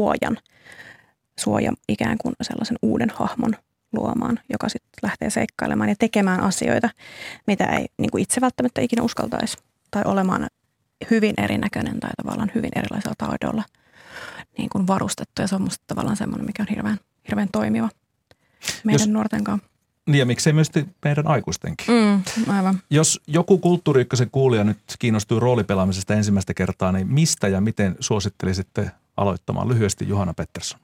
E: suojan ikään kuin sellaisen uuden hahmon luomaan, joka sitten lähtee seikkailemaan ja tekemään asioita, mitä ei niin kuin itse välttämättä ikinä uskaltaisi. Tai olemaan hyvin erinäköinen tai tavallaan hyvin erilaisilla taidoilla niin kuin varustettu. Ja se on musta tavallaan semmoinen, mikä on hirveän toimiva meidän nuorten kanssa.
B: Niin ja miksei myös meidän aikuistenkin.
E: Aivan.
B: Jos joku Kulttuuri Ykkösen kuulija nyt kiinnostuu roolipelaamisesta ensimmäistä kertaa, niin mistä ja miten suosittelisitte aloittamaan lyhyesti Juhana Pettersson?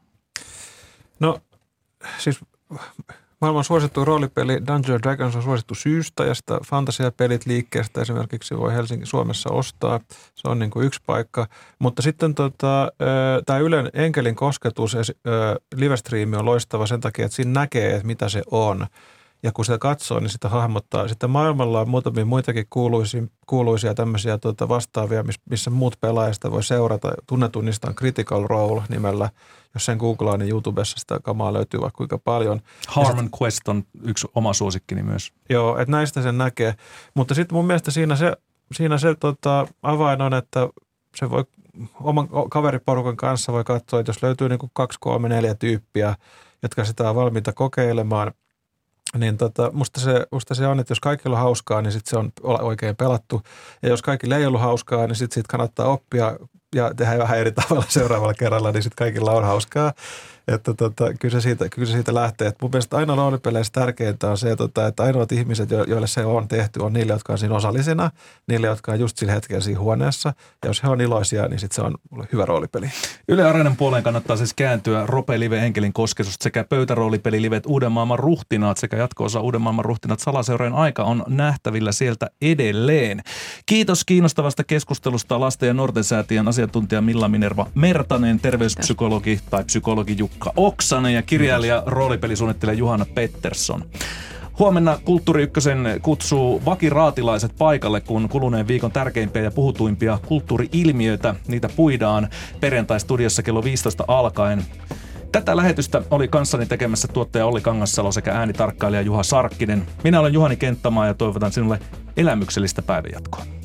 D: No siis maailman suosittu roolipeli Dungeons & Dragons on suosittu syystä ja sitä fantasiapelit liikkeestä esimerkiksi voi Suomessa ostaa. Se on niin kuin yksi paikka. Mutta sitten tämä Ylen Enkelin kosketus livestriimi on loistava sen takia, että siinä näkee, että mitä se on. Ja kun sitä katsoo, niin sitä hahmottaa. Sitten maailmalla on muutamia muitakin kuuluisia tämmöisiä vastaavia, missä muut pelaajista voi seurata. Tunnetun niistä on Critical Role nimellä. Jos sen googlaa, niin YouTubessa sitä kamaa löytyy vaikka kuinka paljon.
B: Harmon Quest on yksi oma suosikkini myös.
D: Joo, että näistä sen näkee. Mutta sitten mun mielestä siinä se avain on, että se voi oman kaveriporukan kanssa voi katsoa, että jos löytyy niin kuin 2, 3, 4 tyyppiä, jotka sitä on valmiita kokeilemaan, niin musta se on, että jos kaikilla on hauskaa, niin sitten se on oikein pelattu. Ja jos kaikilla ei ollut hauskaa, niin sitten siitä kannattaa oppia ja tehdä vähän eri tavalla seuraavalla kerralla, niin sitten kaikilla on hauskaa. Että kyllä se siitä lähtee. Et mun mielestä aina roolipeleissä tärkeintä on se, että ainoat ihmiset, joille se on tehty, on niille, jotka on siinä osallisena, niille, jotka on just sillä hetkellä siinä huoneessa. Ja jos he on iloisia, niin sitten se on hyvä roolipeli.
B: Yle Areenan puoleen kannattaa siis kääntyä Rope Live Enkelin kosketusta sekä pöytäroolipelilivet Uuden maailman ruhtinaat sekä jatko-osa Uuden maailman ruhtinaat Salaseurojen aika on nähtävillä sieltä edelleen. Kiitos kiinnostavasta keskustelusta Lasten ja nuorten säätiön asiantuntija Milla Minerva Mertanen, terveyspsykologi tai psykologi Jukka Oksanen ja kirjailija roolipelisuunnittelija Juhana Pettersson. Huomenna Kulttuuri Ykkösen kutsuu vakiraatilaiset paikalle, kun kuluneen viikon tärkeimpiä ja puhutuimpia kulttuuri-ilmiöitä, niitä puidaan perjantai-studiossa kello 15 alkaen. Tätä lähetystä oli kanssani tekemässä tuottaja Olli Kangassalo sekä äänitarkkailija Juha Sarkkinen. Minä olen Juhani Kenttämaa ja toivotan sinulle elämyksellistä päivänjatkoa.